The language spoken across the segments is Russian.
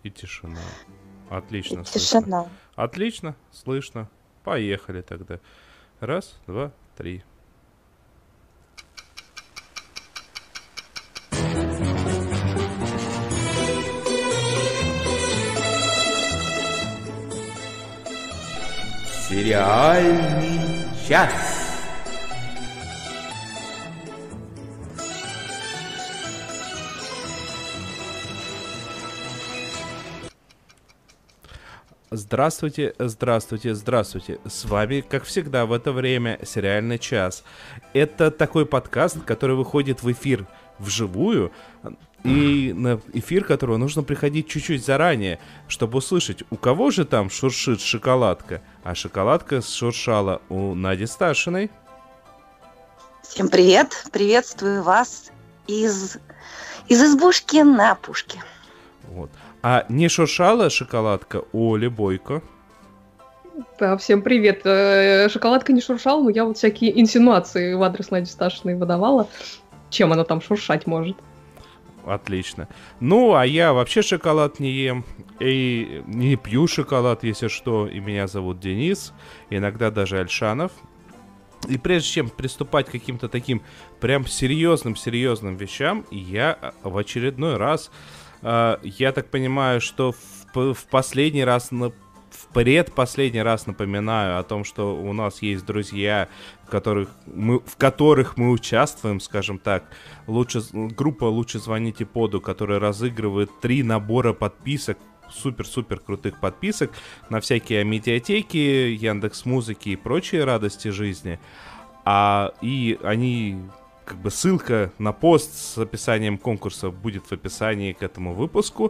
И тишина. Отлично И слышно. тишина. Отлично слышно. Поехали тогда. Раз, два, три. Сериальный час. Здравствуйте, здравствуйте, здравствуйте. С вами, как всегда, в это время «Сериальный час». Это такой подкаст, который выходит в эфир вживую, и на эфир которого нужно приходить чуть-чуть заранее, чтобы услышать, у кого же там шуршит шоколадка. А шоколадка шуршала у Нади Сташиной. Всем привет! Приветствую вас из избушки на пушке. Вот. А не шуршала шоколадка у Оли Бойко? Да, всем привет. Шоколадка не шуршала, но я вот всякие инсинуации в адрес Нади Сташиной выдавала. Чем она там шуршать может? Отлично. Ну, а я вообще шоколад не ем. И не пью шоколад, если что. И меня зовут Денис. Иногда даже Альшанов. И прежде чем приступать к каким-то таким прям серьезным вещам, я в очередной раз... Я так понимаю, что в последний раз, в предпоследний раз напоминаю о том, что у нас есть друзья, в которых мы участвуем, скажем так. Группа «Лучше звоните Поду», которая разыгрывает 3 набора подписок, супер-супер крутых подписок на всякие медиатеки, Яндекс.Музыки и прочие радости жизни. И они... Как бы ссылка на пост с описанием конкурса будет в описании к этому выпуску.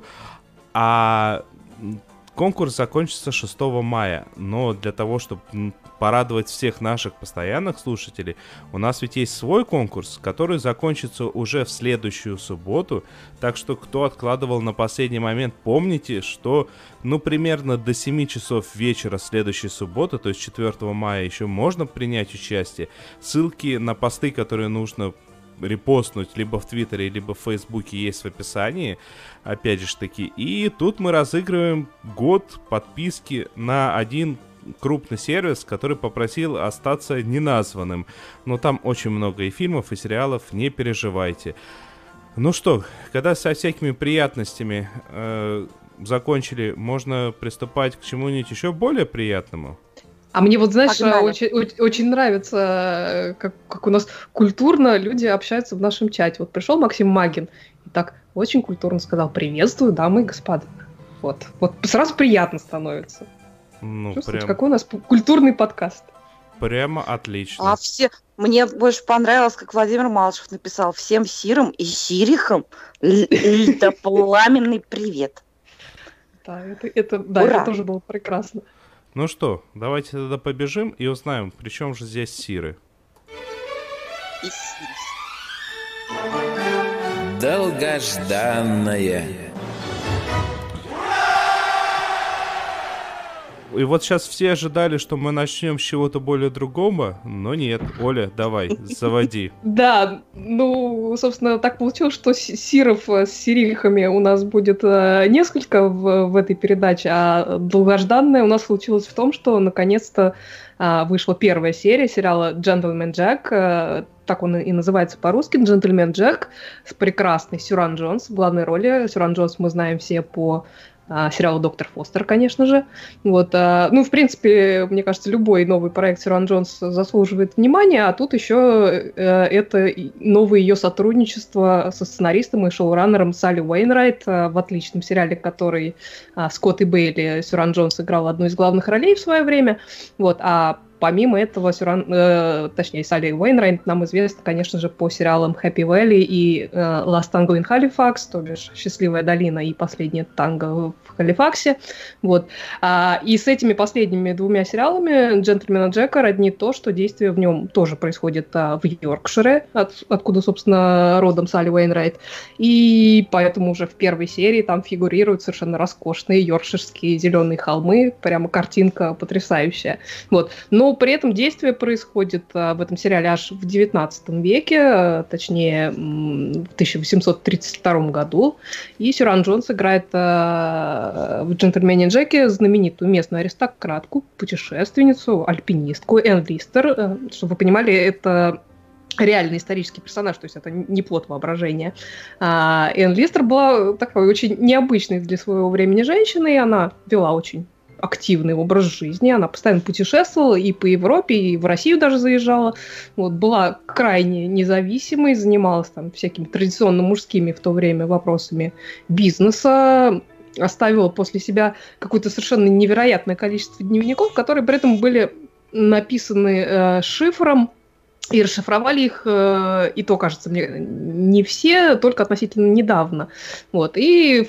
А конкурс закончится 6 мая. Но для того, чтобы порадовать всех наших постоянных слушателей, у нас ведь есть свой конкурс, который закончится уже в следующую субботу. Так что, кто откладывал на последний момент, помните, что примерно до 7 часов вечера следующей субботы, то есть 4 мая, еще можно принять участие. Ссылки на посты, которые нужно репостнуть либо в Твиттере, либо в Фейсбуке, есть в описании, опять же таки. И тут мы разыгрываем год подписки на один крупный сервис, который попросил остаться неназванным. Но там очень много и фильмов, и сериалов, не переживайте. Ну что, когда со всякими приятностями закончили, можно приступать к чему-нибудь еще более приятному? А мне вот, знаешь, Погнали. очень нравится, как у нас культурно люди общаются в нашем чате. Вот пришел Максим Магин и так очень культурно сказал: «Приветствую, дамы и господа». Вот сразу приятно становится. Ну, чувствуете, какой у нас культурный подкаст. Прямо отлично. Мне больше понравилось, как Владимир Малышев написал: всем сирам и сирихам пламенный привет. Да, это тоже было прекрасно. Ну что, давайте тогда побежим и узнаем, при чем же здесь сиры. И сирис. Долгожданное. И вот сейчас все ожидали, что мы начнем с чего-то более другого, но нет. Оля, давай, заводи. Да, собственно, так получилось, что сиров с сирихами у нас будет несколько в этой передаче, а долгожданное у нас случилось в том, что наконец-то вышла первая серия сериала «Джентльмен Джек», так он и называется по-русски, «Джентльмен Джек», с прекрасной Сюран Джонс в главной роли. Сюран Джонс мы знаем все по сериалу «Доктор Фостер», конечно же. В принципе, мне кажется, любой новый проект Сюран Джонс заслуживает внимания, а тут еще это новое ее сотрудничество со сценаристом и шоураннером Салли Уэйнрайт в отличном сериале, который Скотт и Бейли Сюран Джонс играл одну из главных ролей в свое время. А помимо этого, Салли Уэйнрайт нам известна, конечно же, по сериалам «Happy Valley» и «Last Tango in Halifax», то бишь «Счастливая долина» и «Последнее танго в Халифаксе». И с этими последними 2 сериалами «Джентльмена Джека» роднит то, что действие в нем тоже происходит в Йоркшире, откуда, собственно, родом Салли Уэйнрайт. И поэтому уже в первой серии там фигурируют совершенно роскошные йоркширские зеленые холмы, прямо картинка потрясающая. Но но при этом действие происходит в этом сериале аж в 19 веке, точнее, в 1832 году. И Сюран Джонс играет в «Джентльмене Джеке» знаменитую местную аристократку, путешественницу, альпинистку Энн Листер. Чтобы вы понимали, это реальный исторический персонаж, то есть это не плод воображения. Энн Листер была такой очень необычной для своего времени женщиной, она вела очень активный образ жизни, она постоянно путешествовала и по Европе, и в Россию даже заезжала, вот, была крайне независимой, занималась там всякими традиционно мужскими в то время вопросами бизнеса, оставила после себя какое-то совершенно невероятное количество дневников, которые при этом были написаны шифром, и расшифровали их, и то, кажется мне, не все, только относительно недавно. Вот. И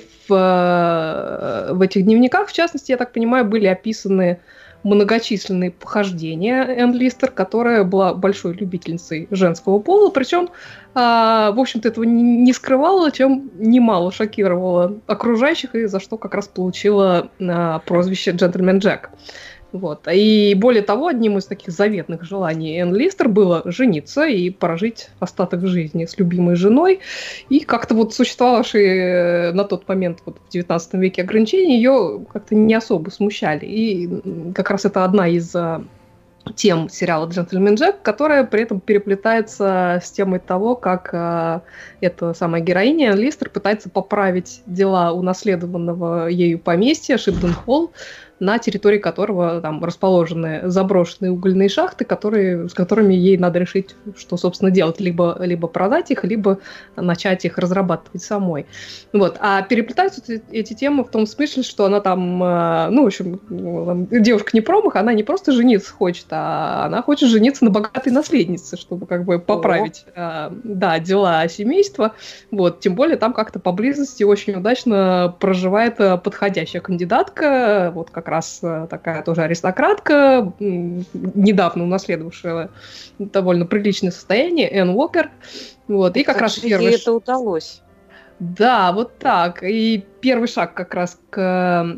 в этих дневниках, в частности, я так понимаю, были описаны многочисленные похождения Энн Листер, которая была большой любительницей женского пола, причем, в общем-то, этого не скрывала, чем немало шокировала окружающих, и за что как раз получила прозвище «Джентльмен Джек». Вот. И более того, одним из таких заветных желаний Энн Листер было жениться и прожить остаток жизни с любимой женой. И как-то вот существовавшие на тот момент вот, в 19 веке ограничения ее как-то не особо смущали. И как раз это одна из тем сериала «Джентльмен Джек», которая при этом переплетается с темой того, как эта самая героиня Энн Листер пытается поправить дела унаследованного ею поместья Шипден-Холл, на территории которого там расположены заброшенные угольные шахты, с которыми ей надо решить, что, собственно, делать. Либо продать их, либо начать их разрабатывать самой. Вот. А переплетаются эти темы в том смысле, что она там, в общем, девушка не промах, она не просто жениться хочет, а она хочет жениться на богатой наследнице, чтобы как бы поправить дела семейства. Вот. Тем более там как-то поблизости очень удачно проживает подходящая кандидатка, вот как раз такая тоже аристократка, недавно унаследовавшая довольно приличное состояние, Энн Уокер. Вот, и как раз первый... Ей это удалось. Да, вот так. И первый шаг как раз к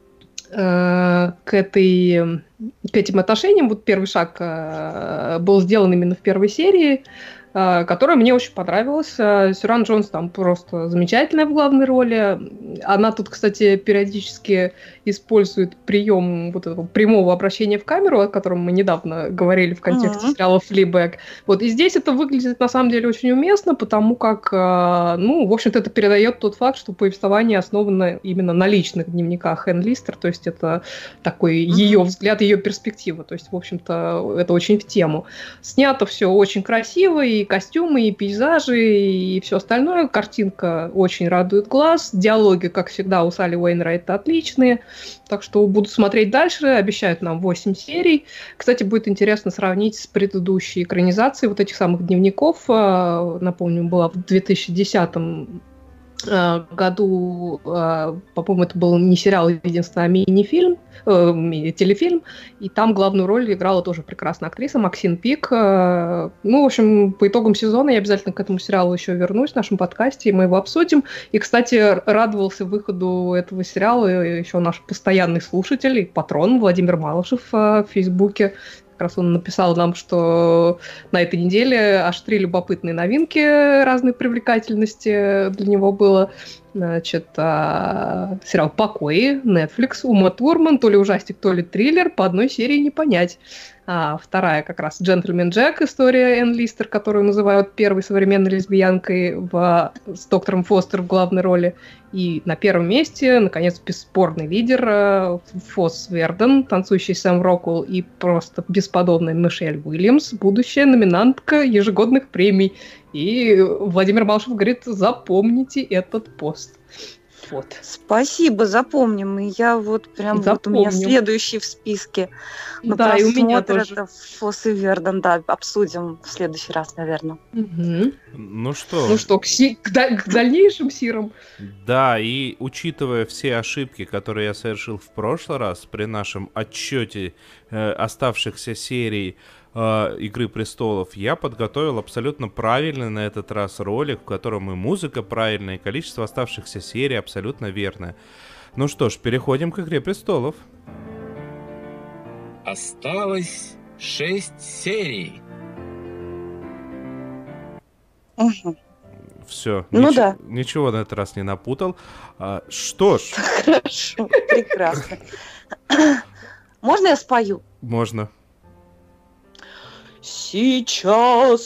этим отношениям, вот первый шаг был сделан именно в первой серии, которая мне очень понравилась. Сюран Джонс там просто замечательная в главной роли. Она тут, кстати, периодически использует прием вот этого прямого обращения в камеру, о котором мы недавно говорили в контексте сериала «Флибэг». Вот, и здесь это выглядит на самом деле очень уместно, потому как, в общем-то, это передает тот факт, что повествование основано именно на личных дневниках Энн Листер, то есть это такой ее взгляд, ее перспектива. То есть, в общем-то, это очень в тему. Снято все очень красиво, и костюмы, и пейзажи, и все остальное. Картинка очень радует глаз. Диалоги, как всегда, у Салли Уэйнрайта отличные. Так что буду смотреть дальше. Обещают нам 8 серий. Кстати, будет интересно сравнить с предыдущей экранизацией вот этих самых дневников. Напомню, была в 2010 году, по-моему, это был не сериал единственное, а мини-фильм, телефильм, и там главную роль играла тоже прекрасная актриса Максин Пик. В общем, по итогам сезона я обязательно к этому сериалу еще вернусь в нашем подкасте, и мы его обсудим. И, кстати, радовался выходу этого сериала еще наш постоянный слушатель и патрон Владимир Малышев в Фейсбуке. Как раз он написал нам, что на этой неделе аж 3 любопытные новинки разной привлекательности для него было. Значит, сериал «Покои», Netflix, Ума Турман, то ли ужастик, то ли триллер, по одной серии не понять. Вторая как раз «Джентльмен Джек», история Энн Листер, которую называют первой современной лесбиянкой с доктором Фостер в главной роли. И на первом месте, наконец, бесспорный лидер Фосс Верден, танцующий Сэм Роквелл и просто бесподобная Мишель Уильямс, будущая номинантка ежегодных премий. И Владимир Малышев говорит, запомните этот пост. Вот. Спасибо, запомним. И я вот прям вот у меня следующий в списке. Да, и у меня тоже. Это Фосс и Верден, да, обсудим в следующий раз, наверное. Угу. Ну что, к дальнейшим сирам. Да, и учитывая все ошибки, которые я совершил в прошлый раз при нашем отчете оставшихся серий «Игры престолов», я подготовил абсолютно правильный на этот раз ролик, в котором и музыка правильная, и количество оставшихся серий абсолютно верное. Ну что ж, переходим к «Игре престолов». Осталось 6 серий. Мгм. Все. Ну да. Ничего на этот раз не напутал. Что ж, Хорошо, прекрасно. Можно я спою? можно. Сейчас,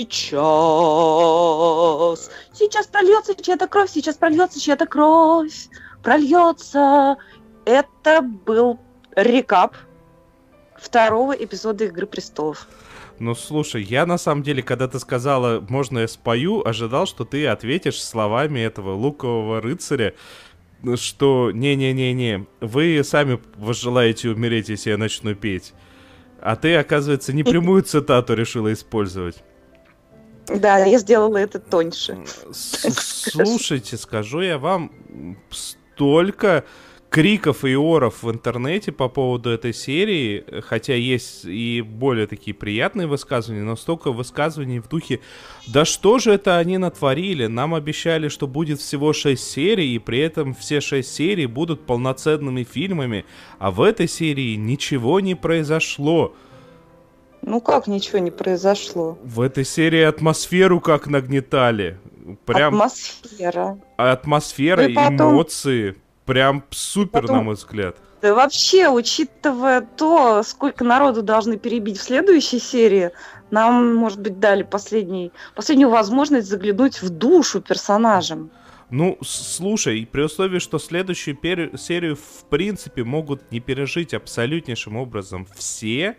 сейчас прольется чья-то кровь, сейчас прольется чья-то кровь, прольется. Это был рекап второго эпизода «Игры престолов». Ну, слушай, я на самом деле, когда ты сказала, можно я спою, ожидал, что ты ответишь словами этого лукового рыцаря, что не-не-не-не, вы сами желаете умереть, если я начну петь. А ты, оказывается, не прямую цитату решила использовать. Да, я сделала это тоньше. Слушайте, скажу я вам, столько криков и оров в интернете по поводу этой серии, хотя есть и более такие приятные высказывания, но столько высказываний в духе «Да что же это они натворили? Нам обещали, что будет всего 6 серий, и при этом все 6 серий будут полноценными фильмами, а в этой серии ничего не произошло». Ну как ничего не произошло? В этой серии атмосферу как нагнетали. Прям атмосфера, Ну и потом- эмоции. Прям супер, потом- на мой взгляд. Да вообще, учитывая то, сколько народу должны перебить в следующей серии, нам, может быть, дали последнюю возможность заглянуть в душу персонажам. Ну, слушай, при условии, что следующую серию, в принципе, могут не пережить абсолютнейшим образом все,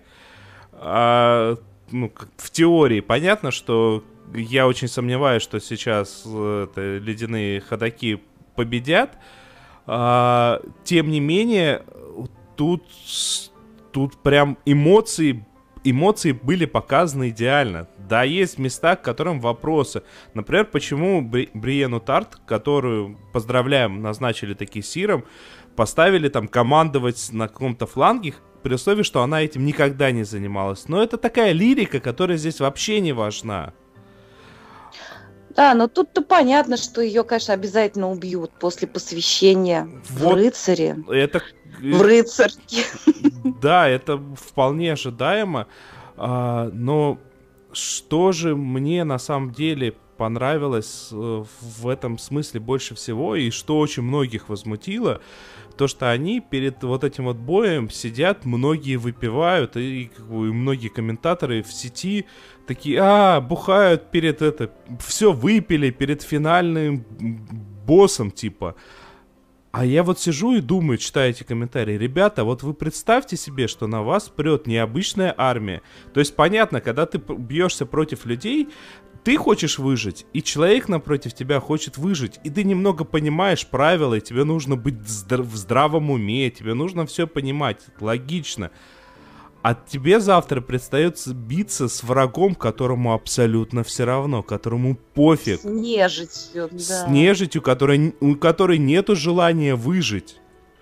ну, в теории понятно, что я очень сомневаюсь, что сейчас ледяные ходаки победят. Тем не менее, тут прям эмоции были показаны идеально. Да, есть места, к которым вопросы. Например, почему Бриенну Тарт, которую, поздравляем, назначили таки сиром, поставили там командовать на каком-то фланге, при условии, что она этим никогда не занималась. Но это такая лирика, которая здесь вообще не важна. Да, но тут-то понятно, что ее, конечно, обязательно убьют после посвящения Вот в рыцаре. Это... В рыцарке. Да, это вполне ожидаемо. Но что же мне на самом деле понравилось в этом смысле больше всего, и что очень многих возмутило, то, что они перед вот этим вот боем сидят, многие выпивают, и многие комментаторы в сети такие, бухают перед все выпили перед финальным боссом, типа. А я вот сижу и думаю, читаю эти комментарии, ребята, вот вы представьте себе, что на вас прет необычная армия. То есть понятно, когда ты бьешься против людей, ты хочешь выжить, и человек напротив тебя хочет выжить, и ты немного понимаешь правила, и тебе нужно быть в здравом уме, тебе нужно все понимать, логично. А тебе завтра предстоит биться с врагом, которому абсолютно все равно, которому пофиг. С нежитью, да. С нежитью, у которой нету желания выжить.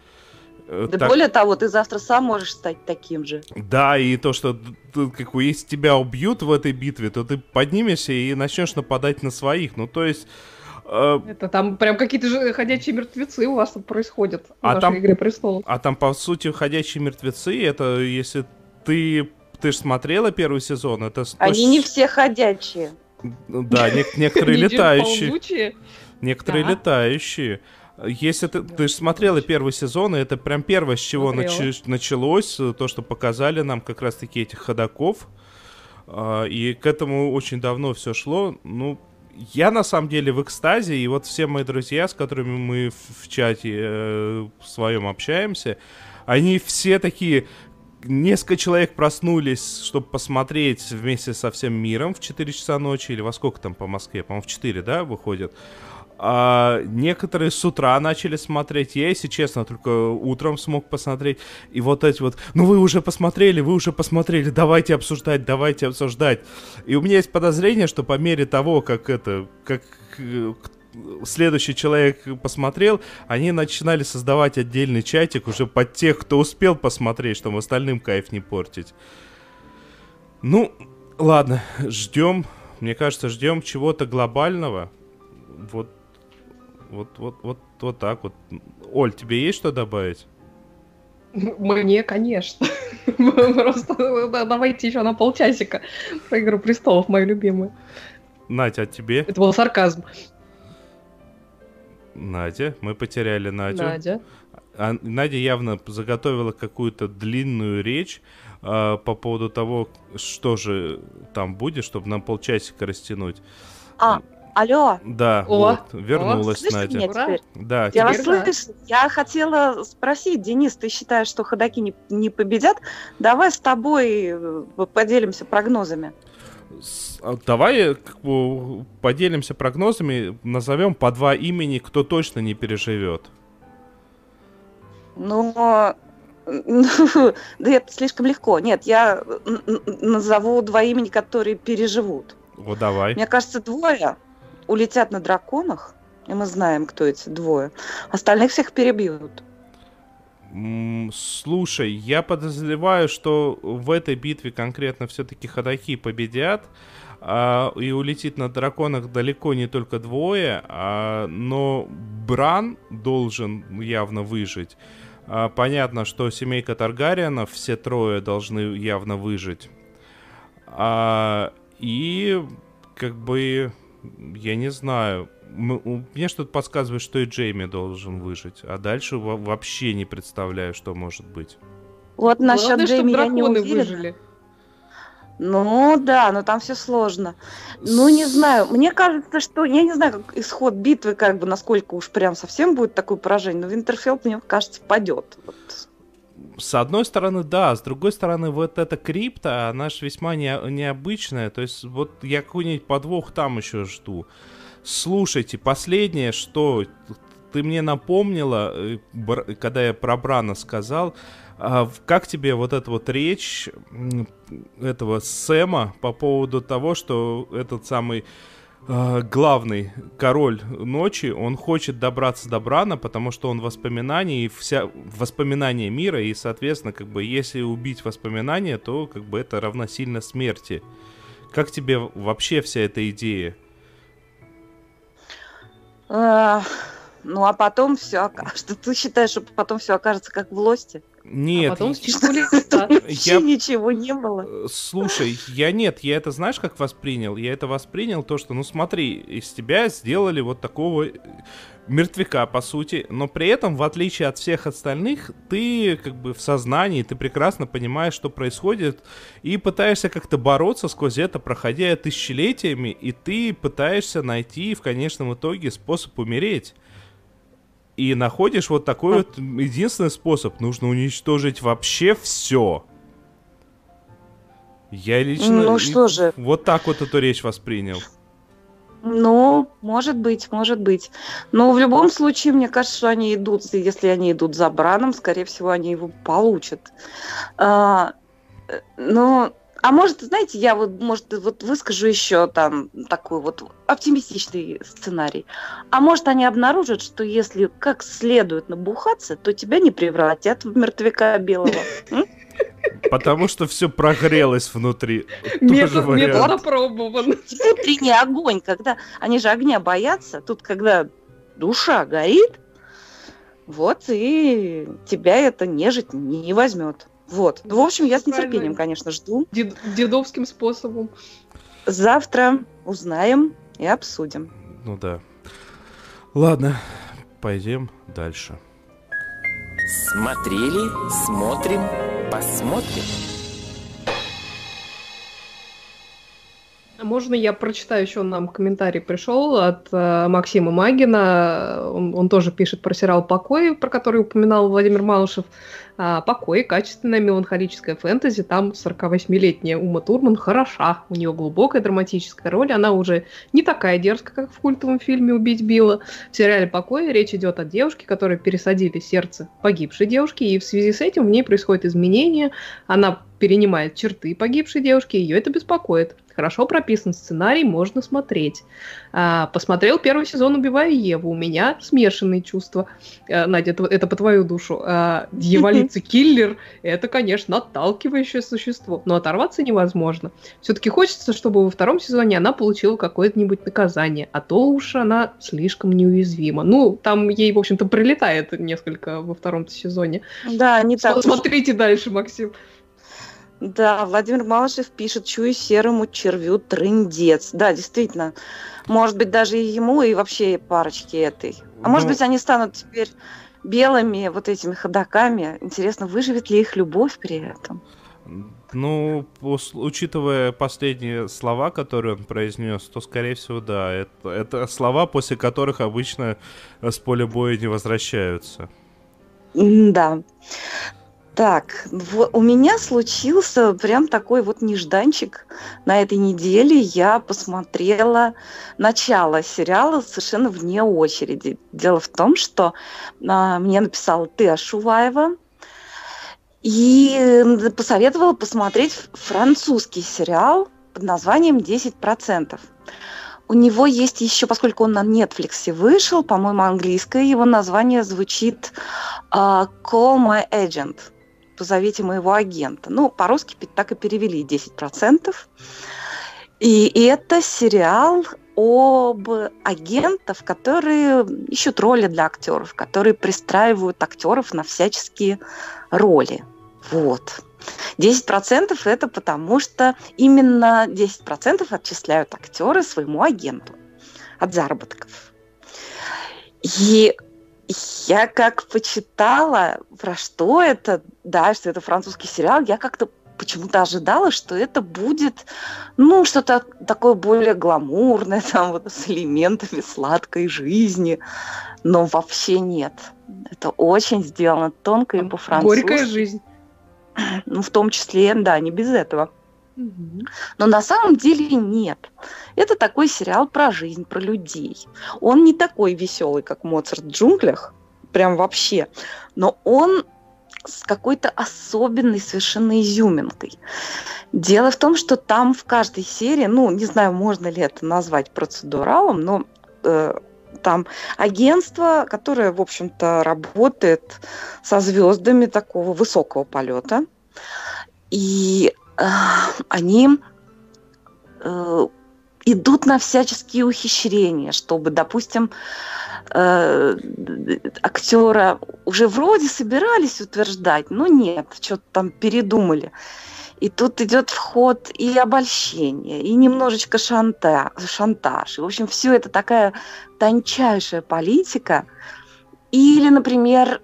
Да более того, ты завтра сам можешь стать таким же. Да, и то, что если тебя убьют в этой битве, то ты поднимешься и начнешь нападать на своих. Ну, то есть... Это там прям какие-то же ходячие мертвецы у вас тут происходят в вашей «Игре престолов». А там, по сути, ходячие мертвецы, это если ты же смотрела первый сезон, это... Они не все ходячие. Да, некоторые летающие. Некоторые летающие. Если ты же смотрела первый сезон, и это прям первое, с чего началось, то, что показали нам как раз-таки этих ходаков. И к этому очень давно все шло. Ну, я на самом деле в экстазе, и вот все мои друзья, с которыми мы в чате своем общаемся, они все такие... Несколько человек проснулись, чтобы посмотреть вместе со всем миром в 4 часа ночи, или во сколько там по Москве, по-моему, в 4, да, выходят. А некоторые с утра начали смотреть. Я, если честно, только утром смог посмотреть. И вот эти вот, вы уже посмотрели, давайте обсуждать. И у меня есть подозрение, что по мере того, как следующий человек посмотрел, они начинали создавать отдельный чатик уже под тех, кто успел посмотреть, чтобы остальным кайф не портить. Ну, ладно, ждем. Мне кажется, ждем чего-то глобального. Вот так вот. Оль, тебе есть что добавить? Мне, конечно. Просто давайте еще на полчасика про «Игру престолов», мою любимую. Надя, а тебе? Это был сарказм. Надя, мы потеряли Надю. Надя. Надя явно заготовила какую-то длинную речь по поводу того, что же там будет, чтобы нам полчасика растянуть. Алло. Да, вот, вернулась Слышите Надя. меня теперь? Да, Я вас теперь да. слышу. Я хотела спросить, Денис, ты считаешь, что ходаки не победят? Давай с тобой поделимся прогнозами. Давай поделимся прогнозами, назовем по 2 имени, кто точно не переживет. Но да это слишком легко. Нет, я назову 2 имени, которые переживут. Вот давай. Мне кажется, 2 улетят на драконах, и мы знаем, кто эти 2. Остальных всех перебьют. Слушай, я подозреваю, что в этой битве конкретно все-таки ходаки победят, и улетит на драконах далеко не только 2, но Бран должен явно выжить. Понятно, что семейка Таргариенов, все 3 должны явно выжить. И как бы, я не знаю, мне что-то подсказывает, что и Джейми должен выжить, а дальше вообще не представляю, что может быть. Вот насчет Джейми я не уверена. Выжили. Ну да, но там все сложно. Ну не знаю, мне кажется, что, я не знаю, как исход битвы, как бы, насколько уж прям совсем будет такое поражение, но Винтерфелл, мне кажется, падет. Вот. С одной стороны, да, с другой стороны, вот эта крипта, она же весьма необычная, то есть вот я какой-нибудь подвох там еще жду. Слушайте, последнее, что ты мне напомнила, когда я про Брана сказал, как тебе вот эта вот речь этого Сэма по поводу того, что этот самый главный король ночи, он хочет добраться до Брана, потому что он воспоминания, и воспоминания мира, и, соответственно, как бы, если убить воспоминания, то, как бы, это равносильно смерти. Как тебе вообще вся эта идея? Ну, а потом все, что ты считаешь, что потом все окажется как в Лосте? Нет. А потом вообще ничего не было. Слушай, я это знаешь, как воспринял? Я это воспринял то, что, ну смотри, из тебя сделали вот такого мертвяка, по сути, но при этом, в отличие от всех остальных, ты как бы в сознании, ты прекрасно понимаешь, что происходит, и пытаешься как-то бороться сквозь это, проходя тысячелетиями, и ты пытаешься найти в конечном итоге способ умереть. И находишь вот такой вот единственный способ. Нужно уничтожить вообще все. Я лично ну, что же? Вот так вот эту речь воспринял. Ну, может быть. Но в любом случае, мне кажется, что они идут, если они идут за Браном, скорее всего, они его получат. А может, знаете, я вот выскажу еще там такой вот оптимистичный сценарий. А может, они обнаружат, что если как следует набухаться, то тебя не превратят в мертвяка белого. Потому что все прогрелось внутри. Метод опробован. Внутренний огонь, когда они же огня боятся, тут когда душа горит, вот и тебя это нежить не возьмет. Вот. В общем, я с нетерпением, конечно, жду. Дедовским способом. Завтра узнаем и обсудим. Ну да. Ладно, пойдем дальше. Смотрели, смотрим, посмотрим. Можно я прочитаю еще, нам комментарий пришел от Максима Магина. Он тоже пишет про сериал «Покой», про который упоминал Владимир Малышев. «Покой» — качественная меланхолическая фэнтези. Там 48-летняя Ума Турман хороша. У нее глубокая драматическая роль. Она уже не такая дерзкая, как в культовом фильме «Убить Билла». В сериале «Покой» речь идет о девушке, которой пересадили сердце погибшей девушки, и в связи с этим в ней происходят изменения. Она перенимает черты погибшей девушки, ее это беспокоит. хорошо прописан сценарий, можно смотреть. Посмотрел первый сезон «Убивая Еву». У меня смешанные чувства. Надя, это по твою душу. Дьяволица-киллер — это, конечно, отталкивающее существо, но оторваться невозможно. Все-таки хочется, чтобы во втором сезоне она получила какое-нибудь наказание, а то уж она слишком неуязвима. Ну, там ей, в общем-то, прилетает несколько во втором сезоне. Да, не так. Смотрите дальше, Максим. Да, Владимир Малышев пишет: чую серому червю трындец. Да, действительно. Может быть, даже и ему, и вообще парочке этой. А может быть, они станут теперь белыми вот этими ходоками. Интересно, выживет ли их любовь при этом? Ну, учитывая последние слова, которые он произнес, то, скорее всего, да. Это слова, после которых обычно с поля боя не возвращаются. Да. Так, у меня случился прям такой вот нежданчик. На этой неделе я посмотрела начало сериала совершенно вне очереди. Дело в том, что мне написала Теа Шуваева и посоветовала посмотреть французский сериал под названием «10%». У него есть еще, поскольку он на Netflix вышел, по-моему, английское его название звучит «Call My Agent». «Позовите моего агента». Ну, по-русски так и перевели 10%. И это сериал об агентах, которые ищут роли для актеров, которые пристраивают актеров на всяческие роли. Вот. 10% это потому, что именно 10% отчисляют актеры своему агенту от заработков. И я как почитала, про что это, да, что это французский сериал, я как-то почему-то ожидала, что это будет, ну, что-то такое более гламурное, там, вот, с элементами сладкой жизни, но вообще нет. Это очень сделано тонко и по-французски. Горькая жизнь. Ну, в том числе, да, не без этого. Но на самом деле нет. Это такой сериал про жизнь, про людей. Он не такой веселый, как «Моцарт в джунглях», прям вообще. Но он с какой-то особенной совершенно изюминкой. Дело в том, что там в каждой серии, ну, не знаю, можно ли это назвать процедуралом, но там агентство, которое, в общем-то, работает со звездами такого высокого полета. И они идут на всяческие ухищрения, чтобы, допустим, актера уже вроде собирались утверждать, но нет, что-то там передумали. И тут идет в ход и обольщение, и немножечко шантаж. И, в общем, все это такая тончайшая политика. Или, например,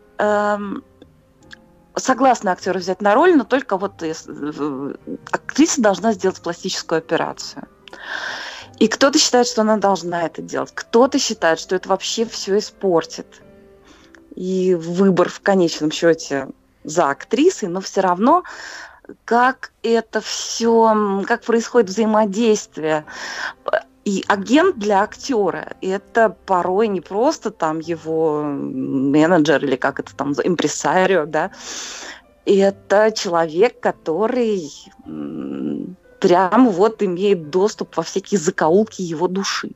согласны актеры взять на роль, но только вот актриса должна сделать пластическую операцию. И кто-то считает, что она должна это делать. Кто-то считает, что это вообще все испортит. И выбор в конечном счете за актрисой, но все равно как это все, как происходит взаимодействие. И агент для актера – это порой не просто там его менеджер или как это там, импресарио, да. Это человек, который прям вот имеет доступ во всякие закоулки его души.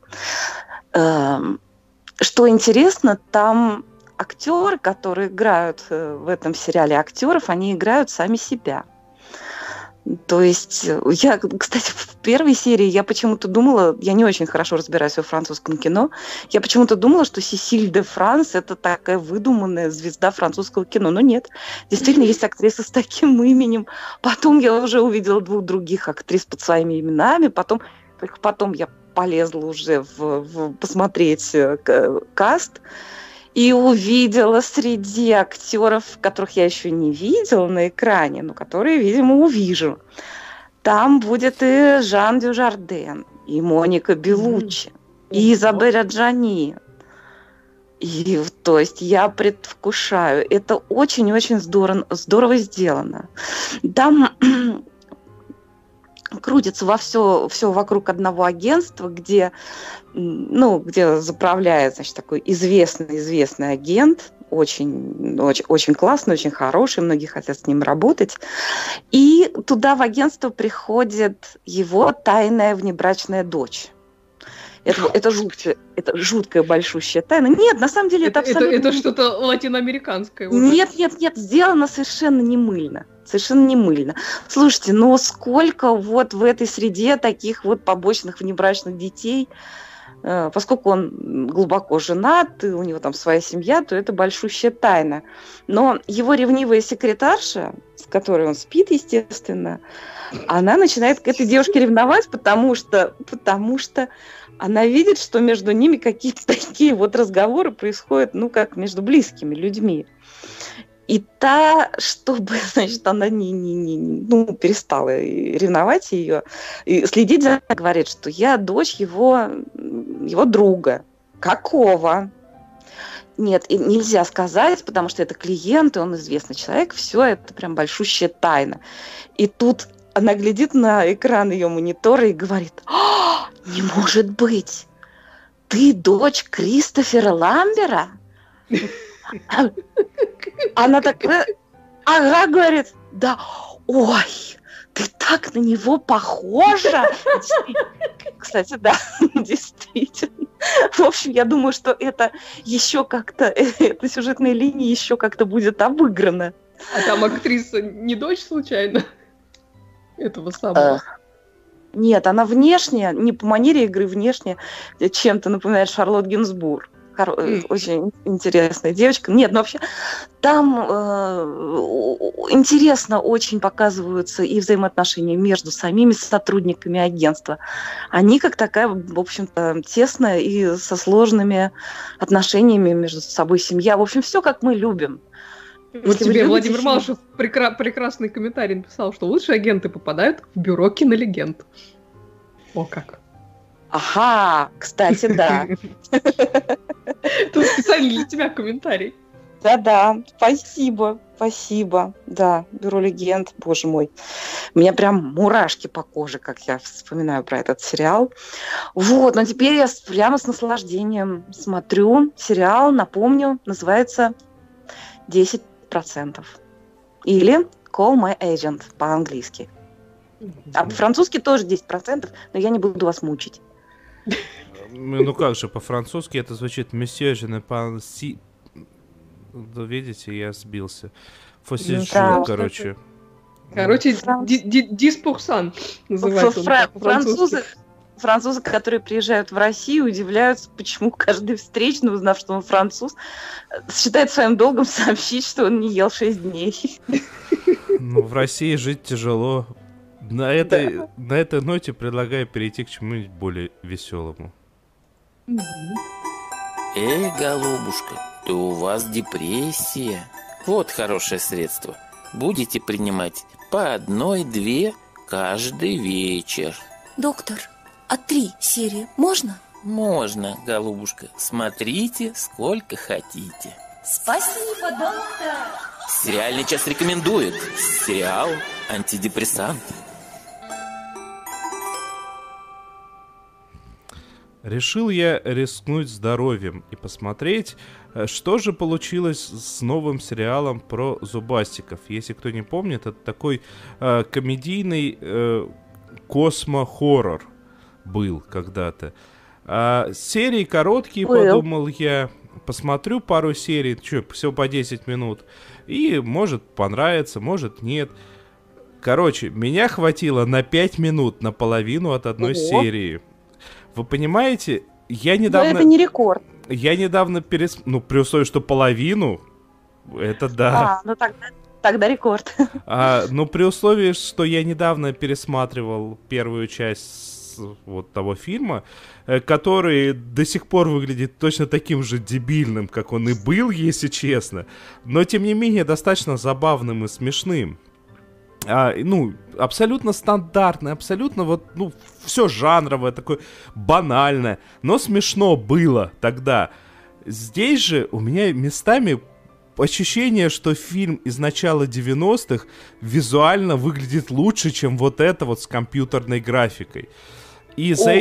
Что интересно, там актеры, которые играют в этом сериале актеров, они играют сами себя. То есть, я, кстати, в первой серии я почему-то думала, я не очень хорошо разбираюсь во французском кино, я почему-то думала, что Сесиль де Франс – это такая выдуманная звезда французского кино. Но нет, действительно есть актриса с таким именем. Потом я уже увидела 2 других актрис под своими именами, только потом я полезла уже посмотреть каст, и увидела среди актеров, которых я еще не видела на экране, но которые, видимо, увижу. Там будет и Жан Дюжарден, и Моника Беллуччи, и Изабель Аджани. И, то есть я предвкушаю. Это очень-очень здорово сделано. Там крутится все вокруг одного агентства, где заправляет, значит, такой известный агент, очень, очень, очень классный, очень хороший, многие хотят с ним работать. И туда в агентство приходит его тайная внебрачная дочь. Это жуткая большущая тайна. Нет, на самом деле это абсолютно... Это что-то латиноамериканское. Нет, сделано совершенно не мыльно. Совершенно не мыльно. Слушайте, но сколько вот в этой среде таких вот побочных внебрачных детей, поскольку он глубоко женат, и у него там своя семья, то это большущая тайна. Но его ревнивая секретарша, с которой он спит, естественно, она начинает к этой девушке ревновать, потому что она видит, что между ними какие-то такие вот разговоры происходят, ну, как между близкими людьми. И чтобы, значит, она не перестала ревновать ее, и следить за ней, говорит, что я дочь его друга. Какого? Нет, нельзя сказать, потому что это клиент, и он известный человек, все это прям большущая тайна. И тут она глядит на экран ее монитора и говорит: не может быть, ты дочь Кристофера Ламбера? Она такая, говорит, да, ой, ты так на него похожа. Кстати, да, действительно. В общем, я думаю, что это еще как-то, эта сюжетная линия еще как-то будет обыграна. А там актриса не дочь случайно этого самого? Нет, она внешне, не по манере игры, внешне чем-то напоминает Шарлотт Гинзбург. Очень интересная девочка. Нет, но вообще там интересно очень показываются и взаимоотношения между самими сотрудниками агентства. Они как такая, в общем-то, тесная и со сложными отношениями между собой семья. В общем, все как мы любим. Вот тебе Владимир Малышев прекрасный комментарий написал, что лучшие агенты попадают в бюро кинолегенд. О как. Ага, кстати, да. Тут специально для тебя комментарий. Да, спасибо. Да, бюро легенд, боже мой. У меня прям мурашки по коже, как я вспоминаю про этот сериал. Вот, но теперь я прямо с наслаждением смотрю сериал, напомню, называется «10%». Или «Call my agent» по-английски. А по-французски тоже 10%, но я не буду вас мучить. Ну как же, по-французски это звучит «Monsieur, je ne parle si...» Видите, я сбился. Фосижу, да, короче. Короче, 10% называется по-французски. Французы, которые приезжают в Россию, удивляются, почему каждый встречный, узнав, что он француз, считает своим долгом сообщить, что он не ел 6 дней. Ну, в России жить тяжело. На этой ноте предлагаю перейти к чему-нибудь более веселому. Голубушка, то у вас депрессия. Вот хорошее средство. Будете принимать по 1-2 каждый вечер. Доктор, а 3 серии можно? Можно, голубушка. Смотрите, сколько хотите. Спасибо, доктор. Сериальный час рекомендует. Сериал «Антидепрессант». Решил я рискнуть здоровьем и посмотреть, что же получилось с новым сериалом про зубастиков. Если кто не помнит, это такой комедийный космо-хоррор был когда-то. Серии короткие, подумал я. Посмотрю пару серий, всего по 10 минут. И может понравится, может нет. Короче, меня хватило на 5 минут, на половину от одной серии. Вы понимаете, я недавно... Но это не рекорд. Я недавно Ну, при условии, что половину, это да. Ну тогда рекорд. Но при условии, что я недавно пересматривал первую часть вот того фильма, который до сих пор выглядит точно таким же дебильным, как он и был, если честно, но тем не менее достаточно забавным и смешным. Абсолютно стандартное, абсолютно все жанровое, такое банальное, но смешно было тогда. Здесь же у меня местами ощущение, что фильм из начала 90-х визуально выглядит лучше, чем вот это вот с компьютерной графикой. И за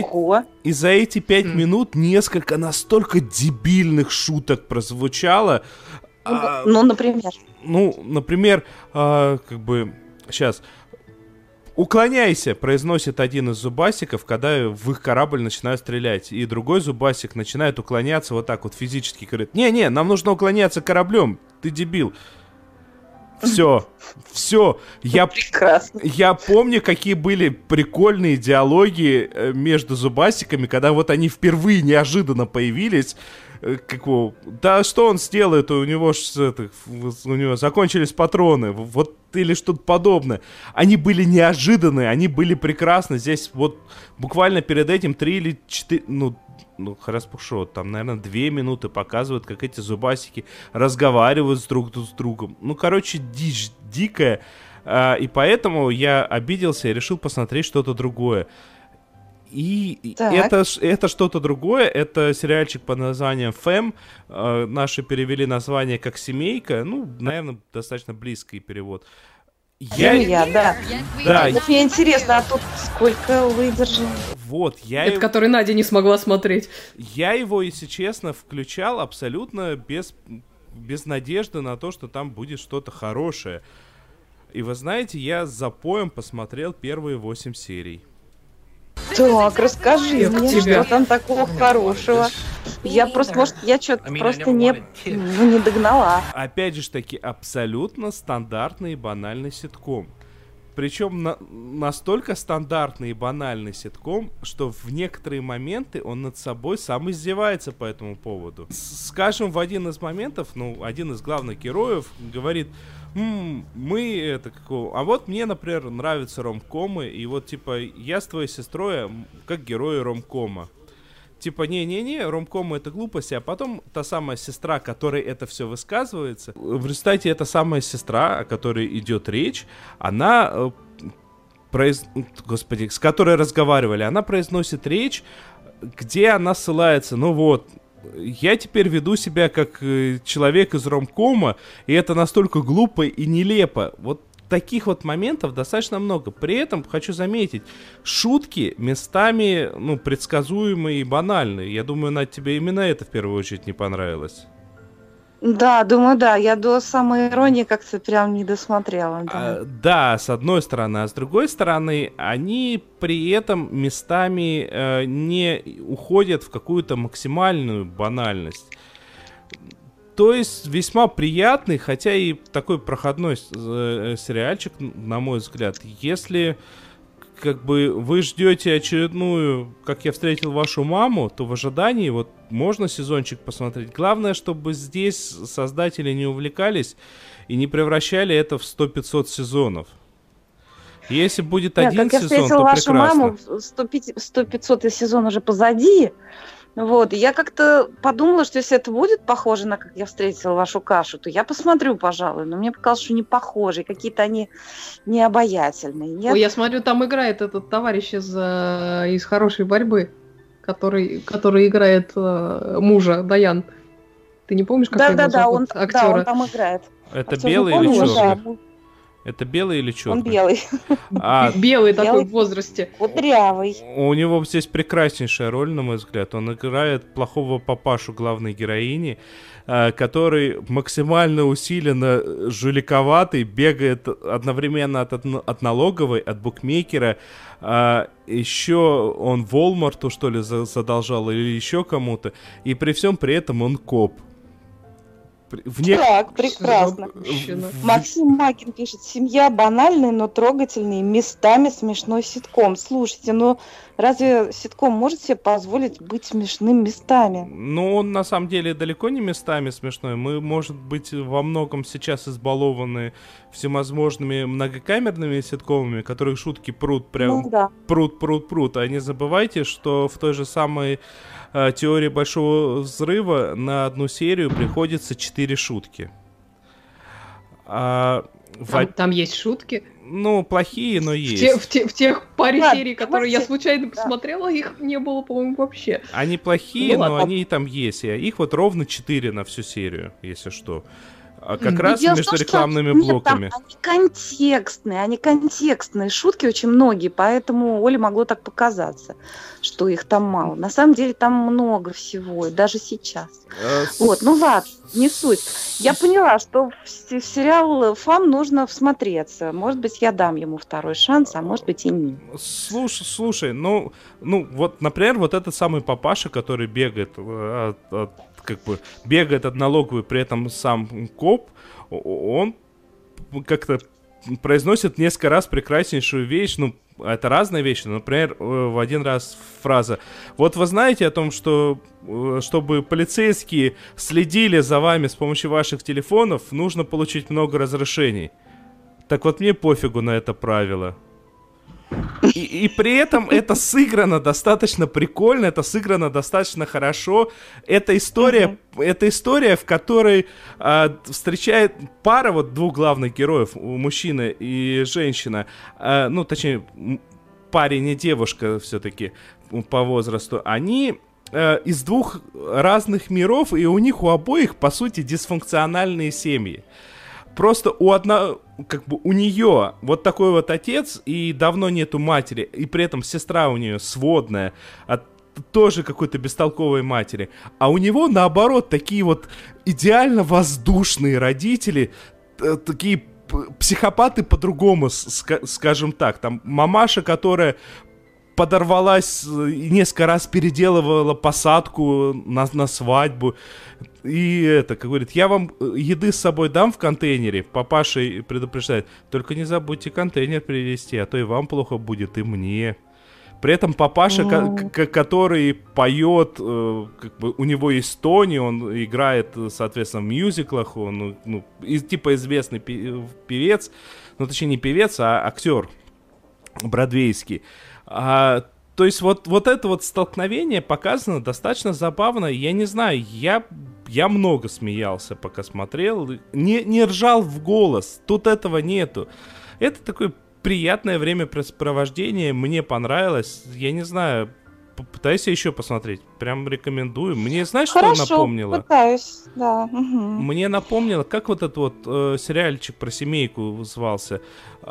эти 5 минут несколько настолько дебильных шуток прозвучало. Ну, например. Ну, например, как бы, сейчас, уклоняйся, произносит один из зубасиков, когда в их корабль начинают стрелять. И другой зубасик начинает уклоняться вот так вот физически. Говорит, не-не, нам нужно уклоняться кораблем, ты дебил. Все. Прекрасно. Я помню, какие были прикольные диалоги между зубасиками, когда вот они впервые неожиданно появились. Да что он сделает, у него закончились патроны, вот или что-то подобное. Они были неожиданные, они были прекрасны. Здесь вот буквально перед этим 3 или 4, хорошо, там, наверное, 2 минуты показывают, как эти зубасики разговаривают друг с другом. Ну, короче, дичь дикая. И поэтому я обиделся и решил посмотреть что-то другое. И это что-то другое. Это сериальчик под названием «Фэм». Наши перевели название как «Семейка». Ну, наверное, достаточно близкий перевод. Семья, да. Вот мне интересно, а тут сколько выдержал? Вот, Это который Надя не смогла смотреть. Я его, если честно, включал абсолютно без надежды на то, что там будет что-то хорошее. И вы знаете, я с запоем посмотрел первые 8 серий. Так, расскажи мне, что там такого хорошего. Я просто, может, я что-то просто не догнала. Опять же таки, абсолютно стандартный и банальный ситком. Причем настолько стандартный и банальный ситком, что в некоторые моменты он над собой сам издевается по этому поводу. Скажем, в один из моментов, один из главных героев говорит: а вот мне, например, нравятся ромкомы, и вот, типа, я с твоей сестрой как герои ромкома. Типа, не-не-не, ромкомы это глупости, а потом та самая сестра, которой это все высказывается, в результате эта самая сестра, о которой идет речь, она, с которой разговаривали, она произносит речь, где она ссылается, я теперь веду себя как человек из ромкома, и это настолько глупо и нелепо. Вот таких вот моментов достаточно много. При этом хочу заметить, шутки местами, предсказуемые и банальные. Я думаю, Надь, тебе именно это в первую очередь не понравилось. Да, думаю, да. Я до самой иронии как-то прям не досмотрела. Да, с одной стороны. А с другой стороны, они при этом местами не уходят в какую-то максимальную банальность. То есть весьма приятный, хотя и такой проходной сериальчик, на мой взгляд. Если вы ждете очередную «Как я встретил вашу маму», то в ожидании можно сезончик посмотреть. Главное, чтобы здесь создатели не увлекались и не превращали это в 100-500 сезонов. Если будет один сезон, то прекрасно. Маму, 100-500 сезон уже позади. Я как-то подумала, что если это будет похоже на «Как я встретила вашу кашу», то я посмотрю, пожалуй. Но мне показалось, что не похожи, какие-то они необаятельные. Нет? Ой, я смотрю, там играет этот товарищ из «Хорошей борьбы», который играет мужа, Даян. Ты не помнишь, как его зовут, актера? Да, он там играет. Это белый или черный? Это белый или черный? Он белый. Белый такой в возрасте. Кудрявый. У него здесь прекраснейшая роль, на мой взгляд. Он играет плохого папашу главной героини, который максимально усиленно жуликоватый, бегает одновременно от налоговой, от букмекера. Еще он Волмарту, что ли, задолжал или еще кому-то. И при всем при этом он коп. Так, прекрасно. Максим Макин пишет: семья банальный, но трогательный, местами смешной ситком. Слушайте, разве ситком может себе позволить быть смешным местами? Он на самом деле далеко не местами смешной. Мы, может быть, во многом сейчас избалованы всевозможными многокамерными ситкомами, которых шутки прут прям прут. А не забывайте, что в той же самой «Теории большого взрыва» на одну серию приходится 4 шутки. Там есть шутки? Плохие, но есть. В тех паре серий, которые я случайно посмотрела, их не было, по-моему, вообще. Они плохие, но они там есть. Их ровно 4 на всю серию, если что. как раз Дело в между том, что рекламными нет, блоками. Там они контекстные шутки очень многие, поэтому Оле могло так показаться, что их там мало. На самом деле там много всего, и даже сейчас. Вот, ну ладно, не суть. Я поняла, что в сериал «Фам» нужно всмотреться. Может быть, я дам ему второй шанс, а может быть и нет. Слушай, ну вот, например, вот этот самый папаша, который бегает, как бы бегает от налоговой, при этом сам коп, он как-то произносит несколько раз прекраснейшую вещь, ну, это разные вещи, например, в один раз фраза: вот вы знаете о том, что чтобы полицейские следили за вами с помощью ваших телефонов, нужно получить много разрешений. Так вот, мне пофигу на это правило. И при этом это сыграно достаточно прикольно, это сыграно достаточно хорошо. Это история, в которой встречает пара вот двух главных героев, мужчина и женщина. Ну, точнее, парень и девушка все-таки по возрасту. Они из двух разных миров, и у них у обоих, по сути, дисфункциональные семьи. Просто у нее вот такой вот отец, и давно нету матери, и при этом сестра у нее сводная, от тоже какой-то бестолковой матери. А у него, наоборот, такие вот идеально воздушные родители, такие психопаты по-другому, скажем так. Там мамаша, которая подорвалась и несколько раз переделывала посадку на свадьбу. И это, как говорит, я вам еды с собой дам в контейнере. Папаша предупреждает: только не забудьте контейнер привезти, а то и вам плохо будет, и мне. При этом папаша, который поет, как бы у него есть Тони, он играет, соответственно, в мюзиклах, он, ну, типа известный певец, ну, точнее, не певец, а актер бродвейский. То есть вот это вот столкновение показано достаточно забавно. Я не знаю, я много смеялся, пока смотрел. Не ржал в голос. Тут этого нету. Это такое приятное времяпрепровождение. Мне понравилось. Я не знаю, попытайся еще посмотреть. Прям рекомендую. Мне, знаешь, что напомнило? Пытаюсь, да. Угу. Мне напомнило, как вот этот вот сериальчик про семейку звался.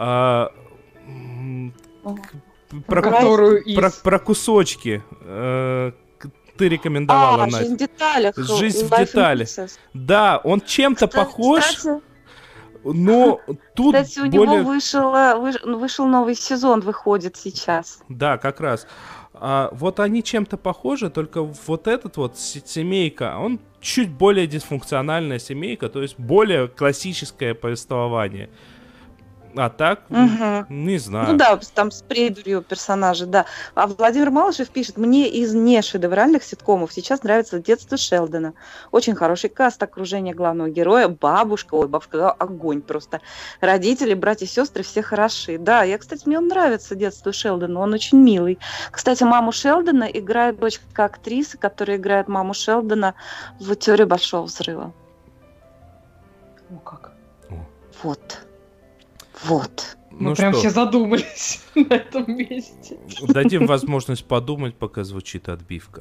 Про кусочки. Ты рекомендовала, Надя. «Жизнь в деталях». «Жизнь в деталях». Да, он чем-то похож, но тут кстати, у него вышел новый сезон, выходит сейчас. Да, как раз. Вот они чем-то похожи, только вот этот вот семейка, он чуть более дисфункциональная семейка, то есть более классическое повествование. А так, не знаю. Ну да, там с придурью персонажи, да. А Владимир Малышев пишет: мне из нешедевральных ситкомов сейчас нравится «Детство Шелдона». Очень хороший каст, окружение главного героя, бабушка, огонь просто. Родители, братья, сестры, все хороши. Да, мне он нравится, «Детство Шелдона», он очень милый. Кстати, маму Шелдона играет дочка актрисы, которая играет маму Шелдона в «Теории Большого Взрыва». О, как. Вот. Мы прям все задумались на этом месте. Дадим возможность подумать, пока звучит отбивка.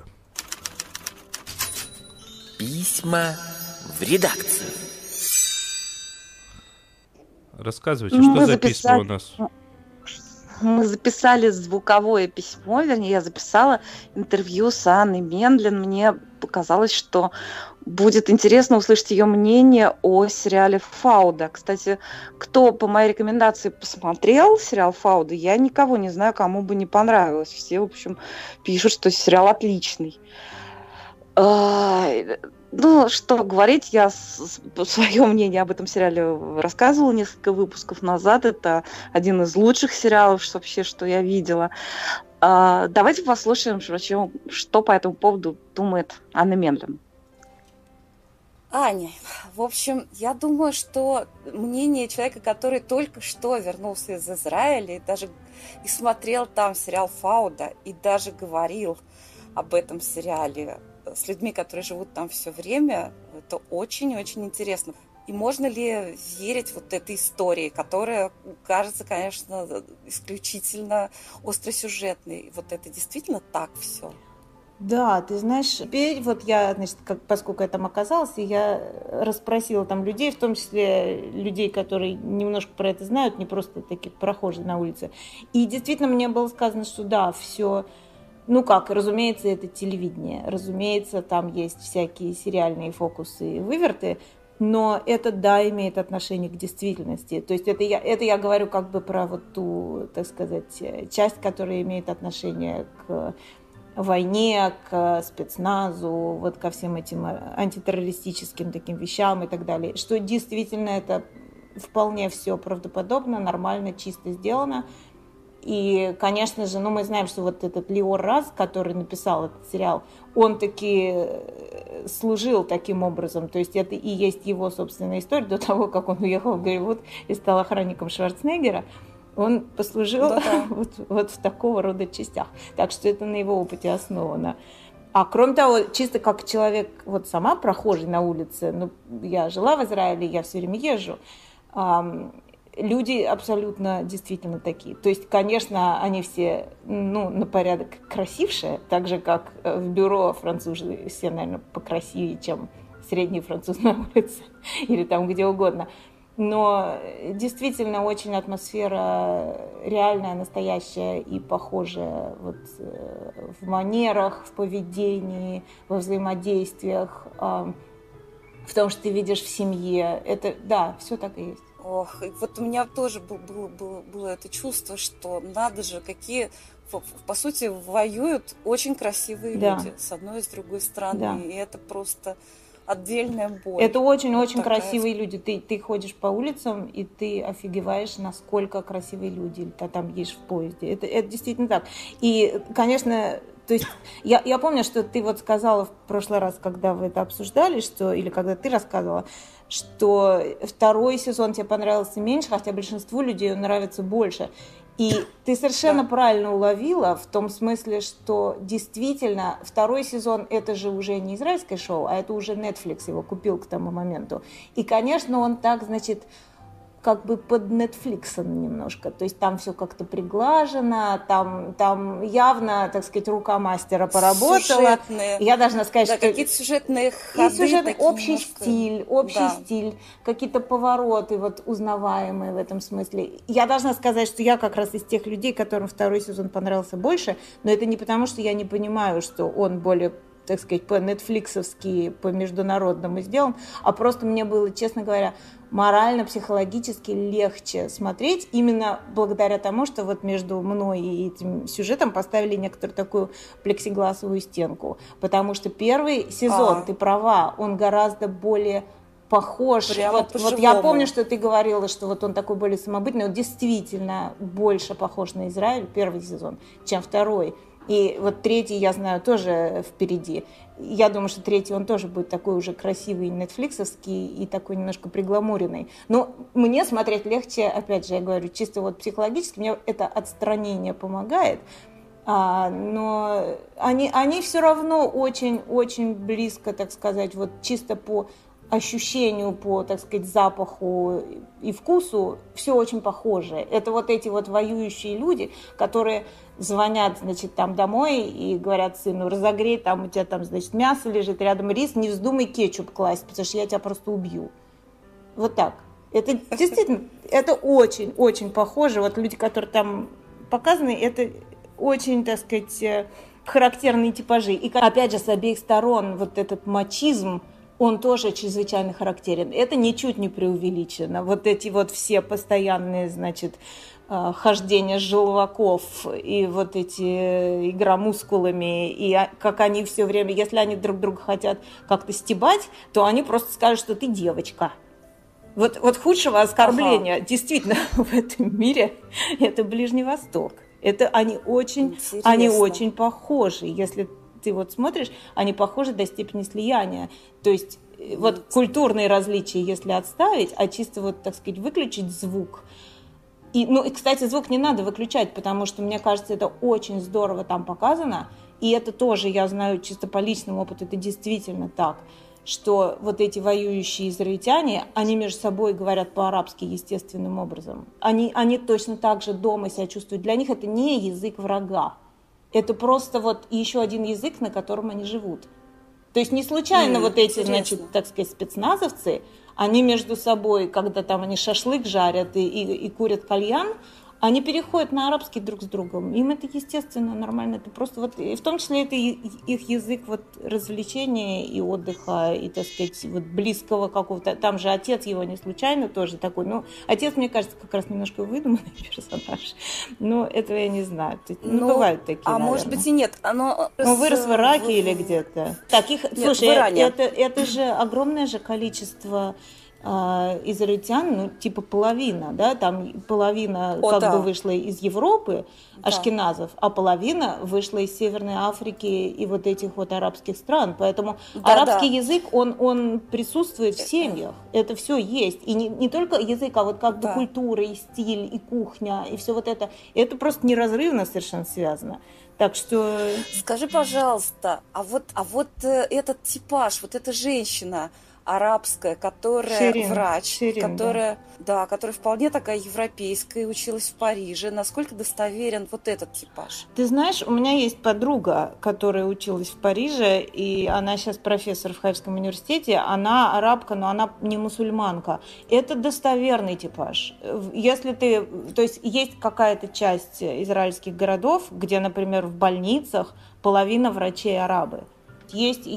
Письма в редакцию. Рассказывайте, что за письма у нас? Мы записали звуковое письмо, вернее, я записала интервью с Анной Мендлин. Мне показалось, что будет интересно услышать ее мнение о сериале «Фауда». Кстати, кто по моей рекомендации посмотрел сериал «Фауда», я никого не знаю, кому бы не понравилось. Все, в общем, пишут, что сериал отличный. Ну, что говорить, я свое мнение об этом сериале рассказывала несколько выпусков назад. Это один из лучших сериалов вообще, что я видела. Давайте послушаем, что по этому поводу думает Анна Мендлин. Аня, в общем, я думаю, что мнение человека, который только что вернулся из Израиля и смотрел там сериал «Фауда», и даже говорил об этом сериале с людьми, которые живут там все время, это очень-очень интересно. И можно ли верить вот этой истории, которая кажется, конечно, исключительно остросюжетной? Вот это действительно так все? Да, ты знаешь, теперь вот я, значит, поскольку я там оказалась, я расспросила там людей, в том числе людей, которые немножко про это знают, не просто такие прохожие на улице. И действительно мне было сказано, что да, все, ну как, разумеется, это телевидение, разумеется, там есть всякие сериальные фокусы и выверты, но это, да, имеет отношение к действительности. То есть это я говорю как бы про вот ту, так сказать, часть, которая имеет отношение к войне, к спецназу, вот ко всем этим антитеррористическим таким вещам и так далее, что действительно это вполне все правдоподобно, нормально, чисто сделано. И, конечно же, ну, мы знаем, что вот этот Леор Раз, который написал этот сериал, он таки служил таким образом. То есть это и есть его собственная история до того, как он уехал в Голливуд и стал охранником Шварценеггера. Он послужил вот в такого рода частях. Так что это на его опыте основано. А кроме того, чисто как человек, вот сама прохожий на улице, ну, я жила в Израиле, я все время езжу, люди абсолютно действительно такие. То есть, конечно, они все, ну, на порядок красившие, так же, как в бюро французы все, наверное, покрасивее, чем средний француз на улице или там где угодно. Но действительно очень атмосфера реальная, настоящая и похожая вот в манерах, в поведении, во взаимодействиях, в том, что ты видишь в семье. Это, да, все так и есть. Ох, и вот у меня тоже было это чувство, что надо же, какие, по сути, воюют очень красивые люди с одной и с другой стороны. Да. И это просто отдельная боль. Это очень-очень красивые люди. Ты ходишь по улицам, и ты офигеваешь, насколько красивые люди. Или ты там едешь в поезде. Это действительно так. И, конечно, то есть я помню, что ты вот сказала в прошлый раз, когда вы это обсуждали, что, или когда ты рассказывала, что второй сезон тебе понравился меньше, хотя большинству людей он нравится больше. И ты совершенно правильно уловила в том смысле, что действительно второй сезон это же уже не израильское шоу, а это уже Netflix его купил к тому моменту. И, конечно, он так, значит, как бы под Netflix'ом немножко. То есть там все как-то приглажено, там явно, так сказать, рука мастера поработала. Сюжетные. Я должна сказать, что... какие-то сюжетные ходы. И сюжет, общий стиль, какие-то повороты вот узнаваемые в этом смысле. Я должна сказать, что я как раз из тех людей, которым второй сезон понравился больше, но это не потому, что я не понимаю, что он более, так сказать, по-нетфликсовски, по-международному сделан, а просто мне было, честно говоря, морально, психологически легче смотреть именно благодаря тому, что вот между мной и этим сюжетом поставили некоторую такую плексигласовую стенку. Потому что первый сезон, ты права, он гораздо более похож. Вот я помню, что ты говорила, что вот он такой более самобытный, он действительно больше похож на Израиль, первый сезон, чем второй. И вот третий, я знаю, тоже впереди. Я думаю, что третий, он тоже будет такой уже красивый, нетфликсовский и такой немножко пригламуренный. Но мне смотреть легче, опять же, я говорю, чисто вот психологически, мне это отстранение помогает. Но они все равно очень-очень близко, так сказать, вот чисто по ощущению, по, так сказать, запаху и вкусу, все очень похоже. Это вот эти вот воюющие люди, которые звонят, значит, там домой и говорят сыну: разогрей, там у тебя там, значит, мясо лежит, рядом рис, не вздумай кетчуп класть, потому что я тебя просто убью. Вот так. Это действительно, это очень-очень похоже. Вот люди, которые там показаны, это очень, так сказать, характерные типажи. И опять же, с обеих сторон вот этот мачизм, он тоже чрезвычайно характерен. Это ничуть не преувеличено. Вот эти вот все постоянные, значит, хождения желваков и вот эти игра мускулами, и как они все время, если они друг друга хотят как-то стебать, то они просто скажут, что ты девочка. Вот худшего оскорбления действительно в этом мире это Ближний Восток. Это они очень похожи. Если ты вот смотришь, они похожи до степени слияния. То есть вот культурные различия, если отставить, а чисто вот, так сказать, выключить звук. И, кстати, звук не надо выключать, потому что, мне кажется, это очень здорово там показано. И это тоже, я знаю, чисто по личному опыту, это действительно так, что вот эти воюющие израильтяне, они между собой говорят по-арабски естественным образом. Они точно так же дома себя чувствуют. Для них это не язык врага. Это просто вот еще один язык, на котором они живут. То есть не случайно вот эти, значит, так сказать, спецназовцы, они между собой, когда там они шашлык жарят и курят кальян, они переходят на арабский друг с другом. Им это естественно, нормально. Это просто вот, и в том числе это их язык вот развлечения и отдыха, и, так сказать, вот близкого какого-то. Там же отец его не случайно тоже такой. Ну, отец, мне кажется, как раз немножко выдуманный персонаж. Но этого я не знаю. Ну, бывают такие, наверное. Может быть и нет. Он вырос в Ираке или где-то. Слушай, это же огромное же количество израильтян, ну, типа половина, да, там половина бы вышла из Европы, ашкеназов, а половина вышла из Северной Африки и вот этих вот арабских стран. Поэтому арабский язык, он присутствует в семьях. Это все есть. И не только язык, а вот как бы культура, и стиль, и кухня, и все вот это. Это просто неразрывно совершенно связано. Так что... Скажи, пожалуйста, а вот этот типаж, вот эта женщина арабская, которая врач, которая вполне такая европейская, училась в Париже. Насколько достоверен вот этот типаж? Ты знаешь, у меня есть подруга, которая училась в Париже, и она сейчас профессор в Хайфском университете. Она арабка, но она не мусульманка. Это достоверный типаж. Если то есть есть какая-то часть израильских городов, где, например, в больницах половина врачей арабы. Есть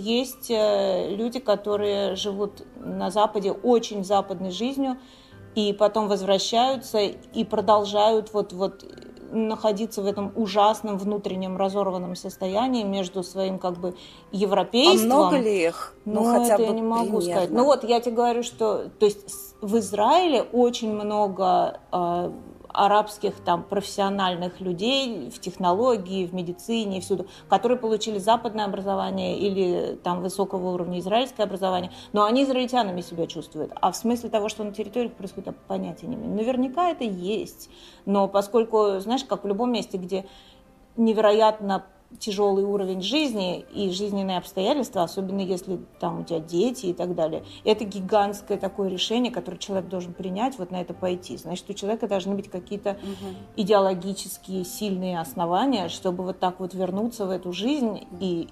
люди, которые живут на Западе очень западной жизнью, и потом возвращаются и продолжают вот находиться в этом ужасном внутреннем разорванном состоянии между своим как бы европейством. А много ли их? Хотя бы я не могу сказать. Ну вот я тебе говорю, что то есть в Израиле очень много арабских там профессиональных людей в технологии, в медицине, всюду, которые получили западное образование или там высокого уровня израильское образование, но они израильтянами себя чувствуют. А в смысле того, что на территориях происходит, я понятия не имею. Наверняка это есть, но поскольку, знаешь, как в любом месте, где невероятно тяжелый уровень жизни и жизненные обстоятельства, особенно если там у тебя дети и так далее, это гигантское такое решение, которое человек должен принять, вот на это пойти. Значит, у человека должны быть какие-то идеологические сильные основания, чтобы вот так вот вернуться в эту жизнь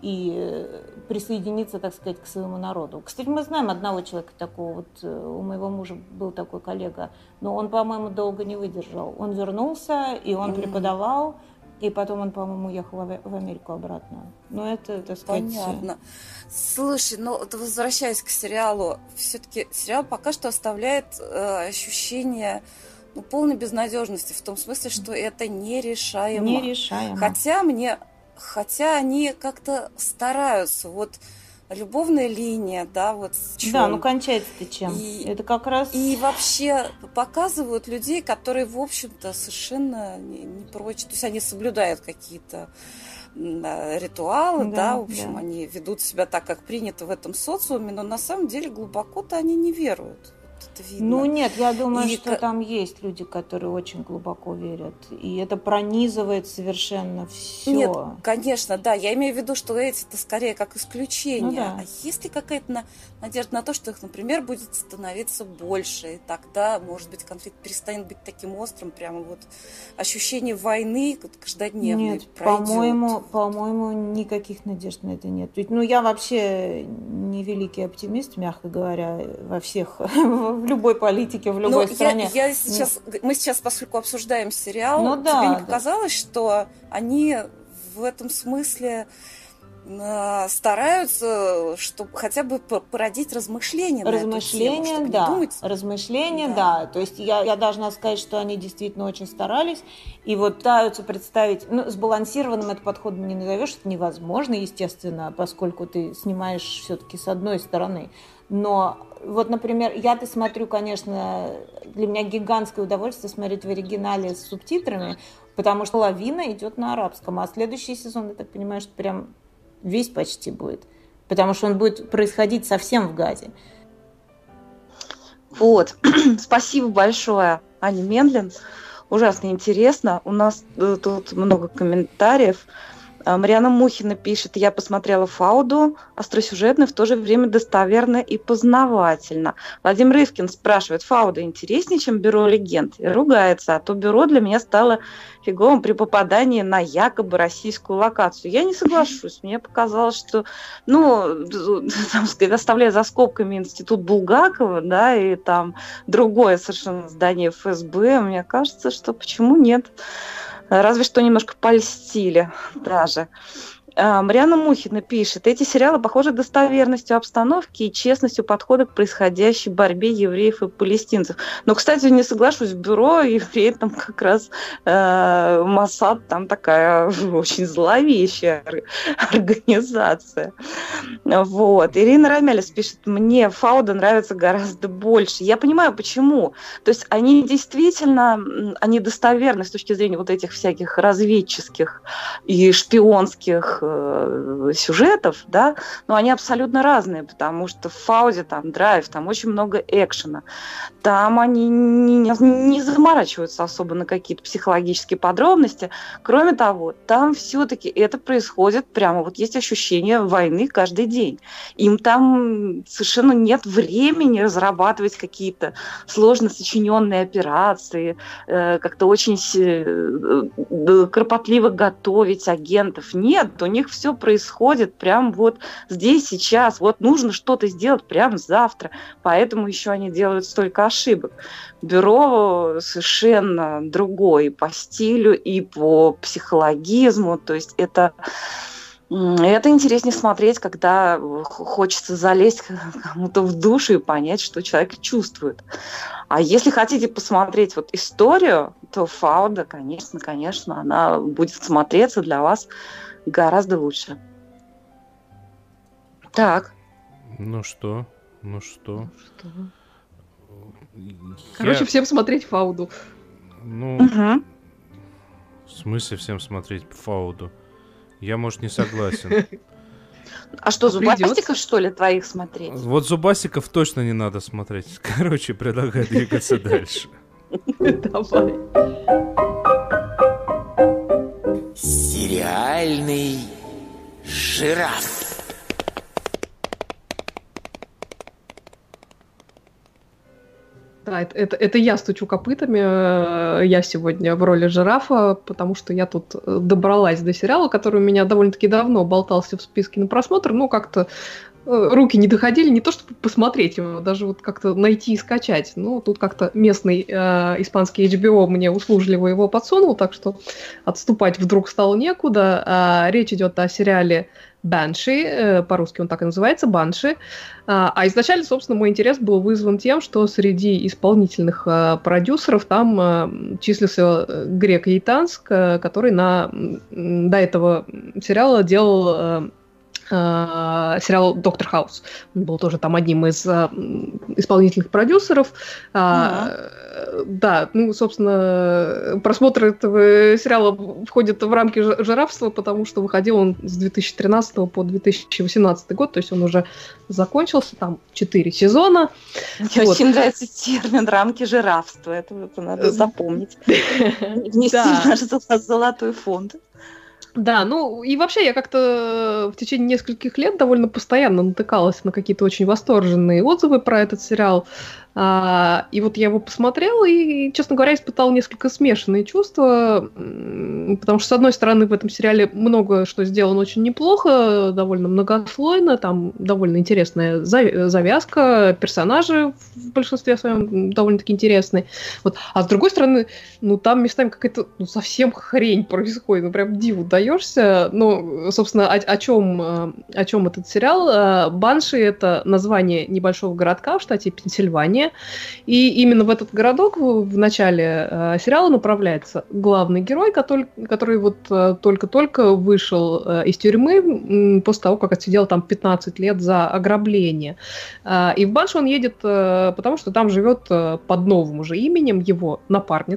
и присоединиться, так сказать, к своему народу. Кстати, мы знаем одного человека такого, вот у моего мужа был такой коллега, но он, по-моему, долго не выдержал. Он вернулся, и он преподавал, и потом он, по-моему, уехал в Америку обратно. Но это, так сказать... Понятно. Слушай, возвращаясь к сериалу, все-таки сериал пока что оставляет ощущение полной безнадежности, в том смысле, что это нерешаемо. Нерешаемо. Хотя они как-то стараются. Вот любовная линия, да, вот с чем. Да, кончается-то чем? Это как раз... И вообще показывают людей, которые, в общем-то, совершенно не прочь. То есть они соблюдают какие-то ритуалы, да, в общем, они ведут себя так, как принято в этом социуме, но на самом деле глубоко-то они не веруют. Это видно. Нет, я думаю, что там есть люди, которые очень глубоко верят. И это пронизывает совершенно все. Нет, конечно, да. Я имею в виду, что эти-то скорее как исключение. А есть ли какая-то надежда на то, что их, например, будет становиться больше, и тогда, может быть, конфликт перестанет быть таким острым, прямо вот ощущение войны каждодневной Нет, по-моему, никаких надежд на это нет. Ведь, я вообще не великий оптимист, мягко говоря, во всех... в любой политике, в любой стране. Мы сейчас, поскольку обсуждаем сериал, тебе не показалось, что они в этом смысле стараются, чтобы хотя бы породить размышления на эту тему, чтобы не думать... Размышления, да. То есть я должна сказать, что они действительно очень старались. И вот пытаются представить... сбалансированным этот подход не назовешь, это невозможно, естественно, поскольку ты снимаешь все-таки с одной стороны. Но вот, например, я-то смотрю, конечно, для меня гигантское удовольствие смотреть в оригинале с субтитрами, потому что половина идет на арабском, а следующий сезон, я так понимаю, что прям весь почти будет, потому что он будет происходить совсем в Газе. Вот, спасибо большое, Аня Мендлин, ужасно интересно, у нас тут много комментариев. Марьяна Мухина пишет: я посмотрела Фауду, остросюжетно, в то же время достоверно и познавательно. Владимир Ивкин спрашивает: Фауда интереснее, чем Бюро легенд? И ругается, а то Бюро для меня стало фиговым при попадании на якобы российскую локацию. Я не соглашусь. Мне показалось, что, оставляя за скобками институт Булгакова, да, и там другое совершенно здание ФСБ, мне кажется, что почему нет? Разве что немножко польстили даже. Марьяна Мухина пишет: эти сериалы похожи достоверностью обстановки и честностью подхода к происходящей борьбе евреев и палестинцев. Но, кстати, не соглашусь, в Бюро евреи там как раз Моссад там такая очень зловещая организация. Вот. Ирина Рамелис пишет: мне Фауда нравится гораздо больше. Я понимаю, почему. То есть они действительно, они достоверны с точки зрения вот этих всяких разведческих и шпионских сюжетов, да, но они абсолютно разные, потому что в Фауде там драйв, там очень много экшена, там они не заморачиваются особо на какие-то психологические подробности. Кроме того, там все-таки это происходит прямо, вот есть ощущение войны каждый день. Им там совершенно нет времени разрабатывать какие-то сложно сочиненные операции, как-то очень кропотливо готовить агентов. Нет, у них все происходит прямо вот здесь, сейчас. Вот нужно что-то сделать прямо завтра. Поэтому еще они делают столько ошибок. Бюро совершенно другое по стилю и по психологизму. То есть это интереснее смотреть, когда хочется залезть кому-то в душу и понять, что человек чувствует. А если хотите посмотреть вот историю, то Фауда, конечно, она будет смотреться для вас гораздо лучше. Так. Ну что? Короче, всем смотреть Фауду. В смысле всем смотреть Фауду? Я, может, не согласен. А что, зубастиков, что ли, твоих смотреть? Вот зубастиков точно не надо смотреть. Короче, предлагаю двигаться дальше. Давай. Сериальный жираф. Да, это я стучу копытами, я сегодня в роли жирафа, потому что я тут добралась до сериала, который у меня довольно-таки давно болтался в списке на просмотр, но как-то руки не доходили, не то чтобы посмотреть его, даже вот как-то найти и скачать. Ну, тут как-то местный испанский HBO мне услужливо его подсунул, так что отступать вдруг стало некуда. Речь идет о сериале Банши, по-русски он так и называется, Банши. А изначально, собственно, мой интерес был вызван тем, что среди исполнительных продюсеров там числился Грег Яйтанск, который до этого сериала делал сериал «Доктор Хаус». Он был тоже там одним из исполнительных продюсеров. Да, собственно, просмотр этого сериала входит в рамки жирафства, потому что выходил он с 2013 по 2018 год, то есть он уже закончился, там 4 сезона. Мне очень нравится термин «рамки жирафства», это надо запомнить. Внести в наш золотой фонд. Да, и вообще я как-то в течение нескольких лет довольно постоянно натыкалась на какие-то очень восторженные отзывы про этот сериал. И вот я его посмотрела и, честно говоря, испытала несколько смешанные чувства, потому что, с одной стороны, в этом сериале много что сделано очень неплохо, довольно многослойно, там довольно интересная завязка, персонажи в большинстве своем довольно-таки интересные. Вот. А с другой стороны, там местами какая-то совсем хрень происходит, прям диву даешься. Собственно, о чем этот сериал? Банши — это название небольшого городка в штате Пенсильвания. И именно в этот городок в начале сериала направляется главный герой, который вот только-только вышел из тюрьмы после того, как отсидел там 15 лет за ограбление. И в Банши он едет, потому что там живет под новым уже именем его напарница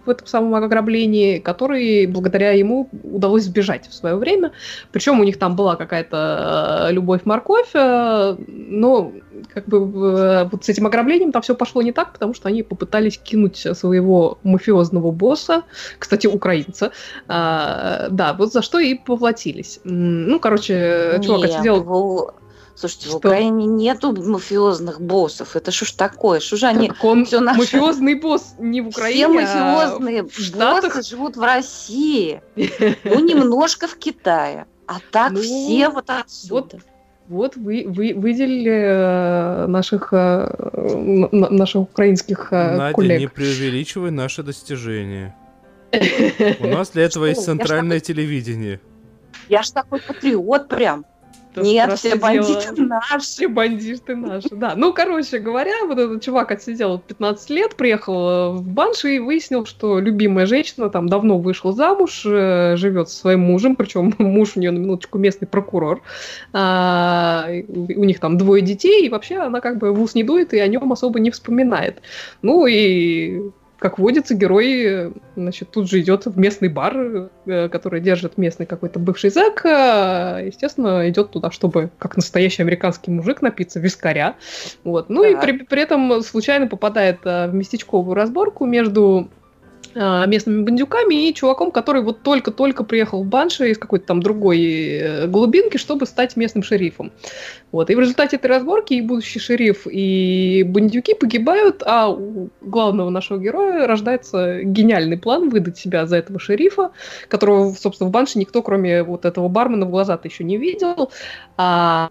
в этом самом ограблении, который благодаря ему удалось сбежать в свое время. Причем у них там была какая-то любовь-морковь, но как бы вот с этим ограблением там все пошло не так, потому что они попытались кинуть своего мафиозного босса, кстати, украинца, да, вот за что и поплатились. Ну, короче, чувак отсидел... Слушайте, в Украине нету мафиозных боссов. Это что ж такое? Что же они... Мафиозный босс не в Украине, все мафиозные боссы живут в России. Ну, немножко в Китае. А так все вот отсюда. Вот выделили наших украинских Надя, коллег. не преувеличивай наши достижения. У нас для этого есть центральное телевидение. Я ж такой патриот прям. Нет, все бандиты наши. Все бандиты наши, да. Ну, короче говоря, вот этот чувак отсидел 15 лет, приехал в Банши и выяснил, что любимая женщина там давно вышла замуж, живет со своим мужем, причем муж у нее, на минуточку, местный прокурор. У них там 2 детей, и вообще она как бы в ус не дует и о нем особо не вспоминает. Ну и... Как водится, герой, значит, тут же идет в местный бар, который держит местный какой-то бывший зэк. Естественно, идет туда, чтобы, как настоящий американский мужик, напиться вискаря. Вот. Ну и при этом случайно попадает в местечковую разборку между местными бандюками и чуваком, который вот только-только приехал в Банши из какой-то там другой глубинки, чтобы стать местным шерифом. Вот. И в результате этой разборки и будущий шериф, и бандюки погибают, а у главного нашего героя рождается гениальный план выдать себя за этого шерифа, которого, собственно, в Банши никто, кроме вот этого бармена, в глаза-то еще не видел. А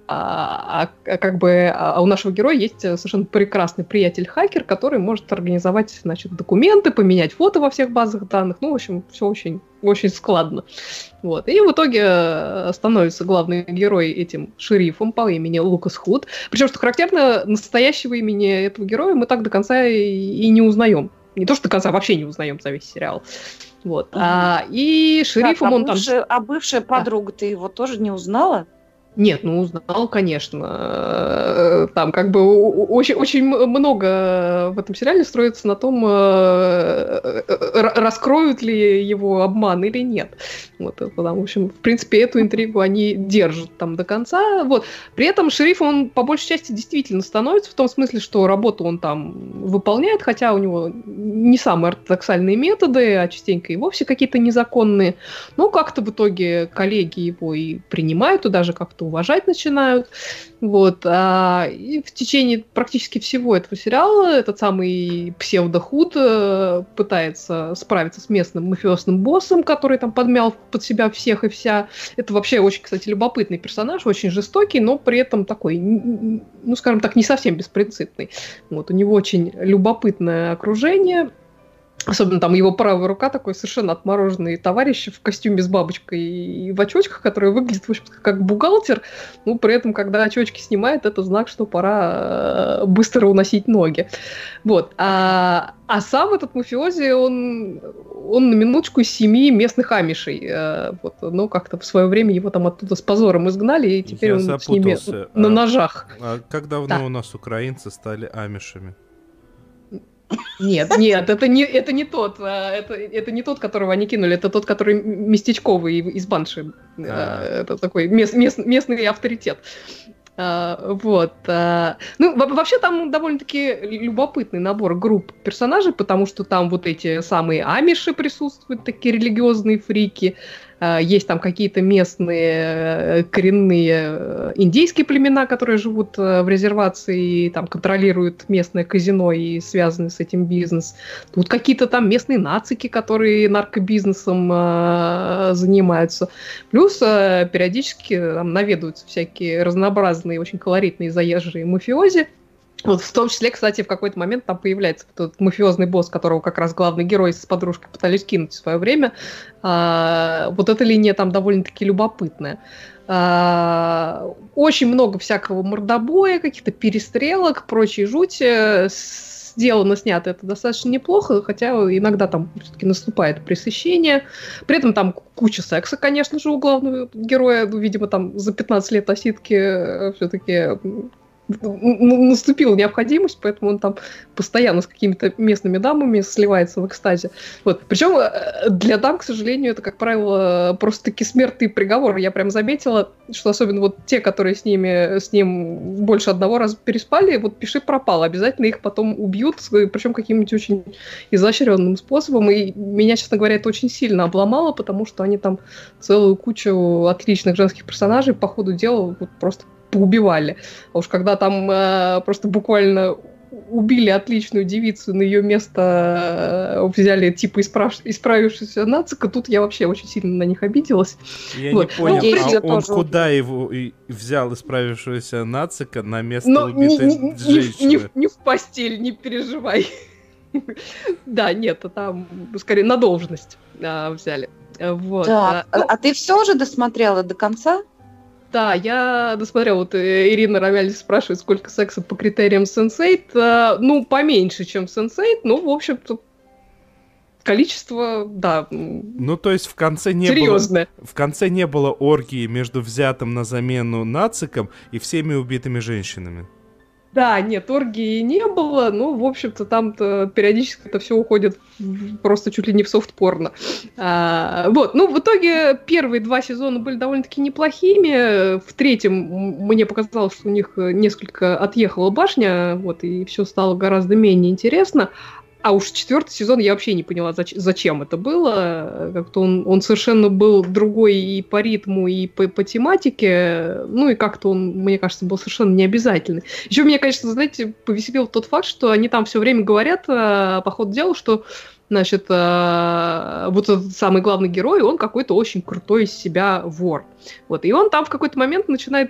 у нашего героя есть совершенно прекрасный приятель-хакер, который может организовать, значит, документы, поменять фото во всех базах данных. Ну, в общем, все очень, очень складно. Вот. И в итоге становится главный герой этим шерифом по имени Лукас Худ. Причем, что характерно, настоящего имени этого героя мы так до конца и не узнаем. Не то, что до конца, вообще не узнаем за весь сериал. Вот. И шерифом он там... А бывшая подруга, ты его тоже не узнала? Нет, ну узнал, конечно. Там как бы очень, очень много в этом сериале строится на том, раскроют ли его обман или нет. Вот, потому, в общем, в принципе, эту интригу они держат там до конца. Вот. При этом шериф, он по большей части действительно становится, в том смысле, что работу он там выполняет, хотя у него не самые ортодоксальные методы, а частенько и вовсе какие-то незаконные. Но как-то в итоге коллеги его и принимают, и даже как-то уважать начинают. Вот. И в течение практически всего этого сериала этот самый псевдо-Худ пытается справиться с местным мафиозным боссом, который там подмял под себя всех и вся. Это вообще очень, кстати, любопытный персонаж, очень жестокий, но при этом такой, ну, скажем так, не совсем беспринципный. Вот. У него очень любопытное окружение. Особенно там его правая рука, такой совершенно отмороженный товарищ в костюме с бабочкой и в очочках, который выглядит, в общем, как бухгалтер. Ну, при этом, когда очочки снимает, это знак, что пора быстро уносить ноги. Вот. А сам этот мафиози, он на минуточку из семьи местных амишей. Вот. Но как-то в свое время его там оттуда с позором изгнали, и теперь он с ними на ножах. А как давно у нас украинцы стали амишами? Нет, это не тот, это не тот, которого они кинули, это тот, который местечковый из Банши, это такой местный авторитет. Вот. Ну, вообще там довольно-таки любопытный набор групп персонажей, потому что там вот эти самые амиши присутствуют, такие религиозные фрики. Есть там какие-то местные коренные индейские племена, которые живут в резервации и там контролируют местное казино и связаны с этим бизнес. Тут какие-то там местные нацики, которые наркобизнесом занимаются. Плюс периодически там наведываются всякие разнообразные, очень колоритные заезжие мафиози. Вот в том числе, кстати, в какой-то момент там появляется тот мафиозный босс, которого как раз главный герой с подружкой пытались кинуть в свое время. Вот эта линия там довольно-таки любопытная. Очень много всякого мордобоя, каких-то перестрелок, прочей жути. Сделано, снято это достаточно неплохо, хотя иногда там все-таки наступает пресыщение. При этом там куча секса, конечно же, у главного героя. Видимо, там за 15 лет осидки все-таки наступила необходимость, поэтому он там постоянно с какими-то местными дамами сливается в экстазе. Вот. Причем для дам, к сожалению, это, как правило, просто-таки смертный приговор. Я прям заметила, что особенно вот те, которые с ним больше одного раза переспали, вот пиши пропало. Обязательно их потом убьют, причем каким-нибудь очень изощренным способом. И меня, честно говоря, это очень сильно обломало, потому что они там целую кучу отличных женских персонажей по ходу дела вот просто поубивали. А уж когда там просто буквально убили отличную девицу, на ее место взяли типа исправившегося нацика, тут я вообще очень сильно на них обиделась. Я не понял, он куда его взял исправившегося нацика на место убитой женщины? Не в постель, не переживай. Да, нет, там скорее на должность взяли. Так, а ты все же досмотрела до конца? Да, я досмотрела, вот Ирина Ромялис спрашивает, сколько секса по критериям Sense8. Ну, поменьше, чем Sense8, ну, в общем-то, количество, да. Ну, то есть в конце не было оргии между взятым на замену нациком и всеми убитыми женщинами. Да, нет, оргии не было, но, в общем-то, там-то периодически это все уходит просто чуть ли не в софт-порно. Вот, ну, в итоге первые 2 сезона были довольно-таки неплохими. В 3-м мне показалось, что у них несколько отъехала башня, вот, и все стало гораздо менее интересно. А уж 4-й сезон я вообще не поняла, зачем это было. Как-то он совершенно был другой и по ритму, и по тематике. Ну и как-то он, мне кажется, был совершенно необязательный. Еще меня, конечно, знаете, повеселил тот факт, что они там все время говорят, по ходу дела, что, значит, вот этот самый главный герой, он какой-то очень крутой из себя вор. Вот. И он там в какой-то момент начинает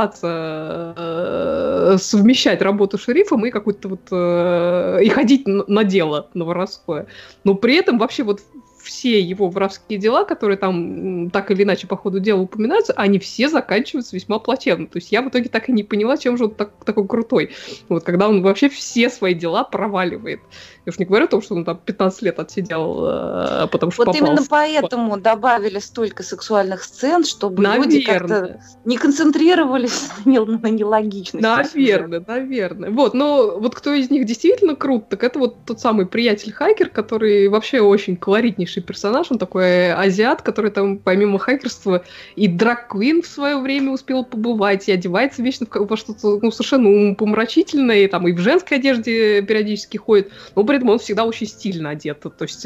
пытаться совмещать работу шерифом и какую-то вот и ходить на дело, на воровское. Но при этом вообще вот все его воровские дела, которые там так или иначе по ходу дела упоминаются, они все заканчиваются весьма плачевно. То есть я в итоге так и не поняла, чем же он такой крутой. Вот когда он вообще все свои дела проваливает. Я уж не говорю о том, что он там 15 лет отсидел, потому что вот попался. Именно поэтому добавили столько сексуальных сцен, чтобы люди как-то не концентрировались на нелогичности. Наверное. Вот, но вот кто из них действительно крут, так это вот тот самый приятель-хакер, который вообще очень колоритнейший персонаж. Он такой азиат, который там помимо хакерства и драг-квин в свое время успел побывать, и одевается вечно во что-то совершенно умопомрачительное, и там и в женской одежде периодически ходит. Но при этом он всегда очень стильно одет. То есть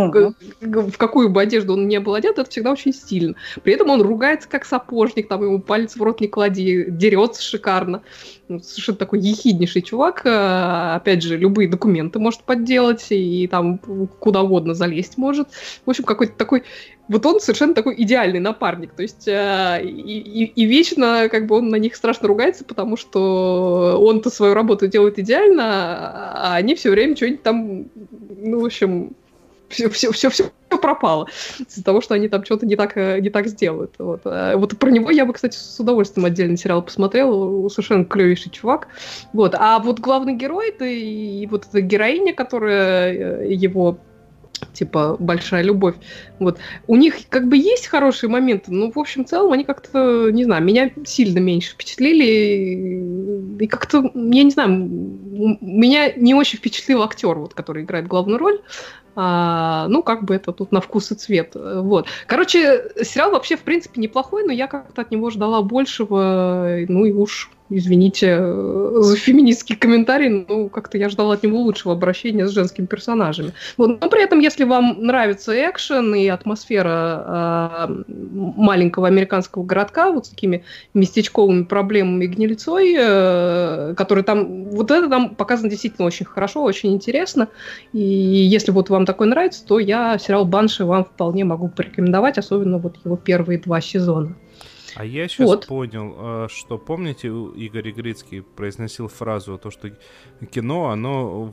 в какую бы одежду он ни был одет, это всегда очень стильно. При этом он ругается как сапожник, там ему палец в рот не клади, дерется шикарно. Совершенно такой ехиднейший чувак. Опять же, любые документы может подделать и там куда угодно залезть может. В общем, какой-то такой... Вот он совершенно такой идеальный напарник. То есть и вечно как бы он на них страшно ругается, потому что он-то свою работу делает идеально, а они все время что-нибудь там, ну, в общем, все пропало из-за того, что они там что-то не так сделают. Вот про него я бы, кстати, с удовольствием отдельный сериал посмотрел. Совершенно клевейший чувак. Вот. А вот главный герой, это и вот эта героиня, которая его... типа, большая любовь. Вот. У них как бы есть хорошие моменты, но в общем целом они как-то, не знаю, меня сильно меньше впечатлили. И как-то, я не знаю, меня не очень впечатлил актер, вот, который играет главную роль. Ну, как бы это тут на вкус и цвет. Вот. Короче, сериал вообще, в принципе, неплохой, но я как-то от него ждала большего. Ну и уж, извините за феминистский комментарий, ну, как-то я ждала от него лучшего обращения с женскими персонажами. Вот. Но при этом, если вам нравится экшен и атмосфера маленького американского городка, вот с такими местечковыми проблемами и гнильцой, который там, вот это там показано действительно очень хорошо, очень интересно. И если вот вам такой нравится, то я сериал «Банши» вам вполне могу порекомендовать, особенно вот его первые 2 сезона. А я сейчас понял, что, помните, Игорь Игрицкий произносил фразу, то, что кино, оно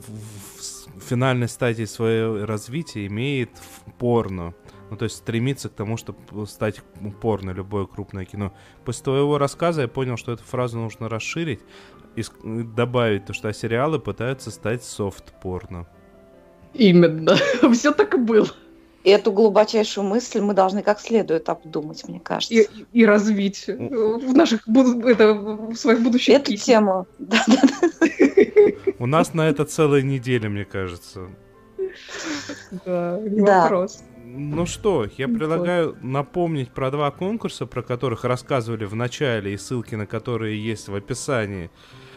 в финальной стадии своего развития имеет порно. Ну, то есть стремится к тому, чтобы стать порно, любое крупное кино. После твоего рассказа я понял, что эту фразу нужно расширить и добавить то, что сериалы пытаются стать софт-порно. Именно. Все так и было. Эту глубочайшую мысль мы должны как следует обдумать, мне кажется. И развить в наших в своих будущих Эту тему. Да. У нас на это целая неделя, мне кажется. Да, не вопрос. Ну что, я предлагаю напомнить про 2 конкурса, про которых рассказывали в начале, и ссылки на которые есть в описании.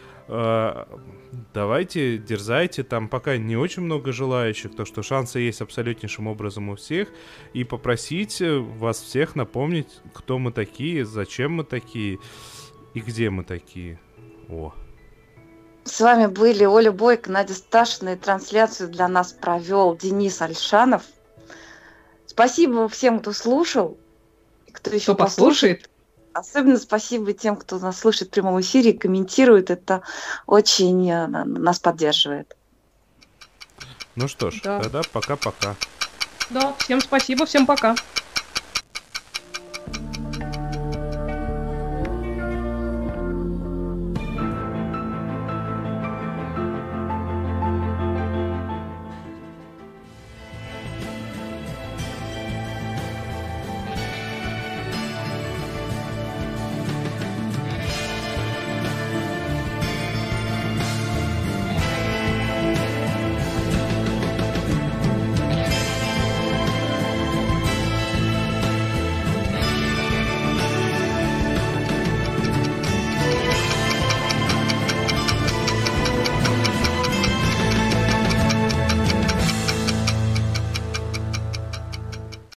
Давайте, дерзайте, там пока не очень много желающих, то что шансы есть абсолютнейшим образом у всех, и попросить вас всех напомнить, кто мы такие, зачем мы такие и где мы такие. С вами были Оля Бойко, Надя Сташина, и трансляцию для нас провел Денис Альшанов. Спасибо всем, кто слушал, кто еще послушает. Особенно спасибо тем, кто нас слышит в прямом эфире и комментирует. Это очень нас поддерживает. Ну что ж, тогда пока-пока. Да, всем спасибо, всем пока.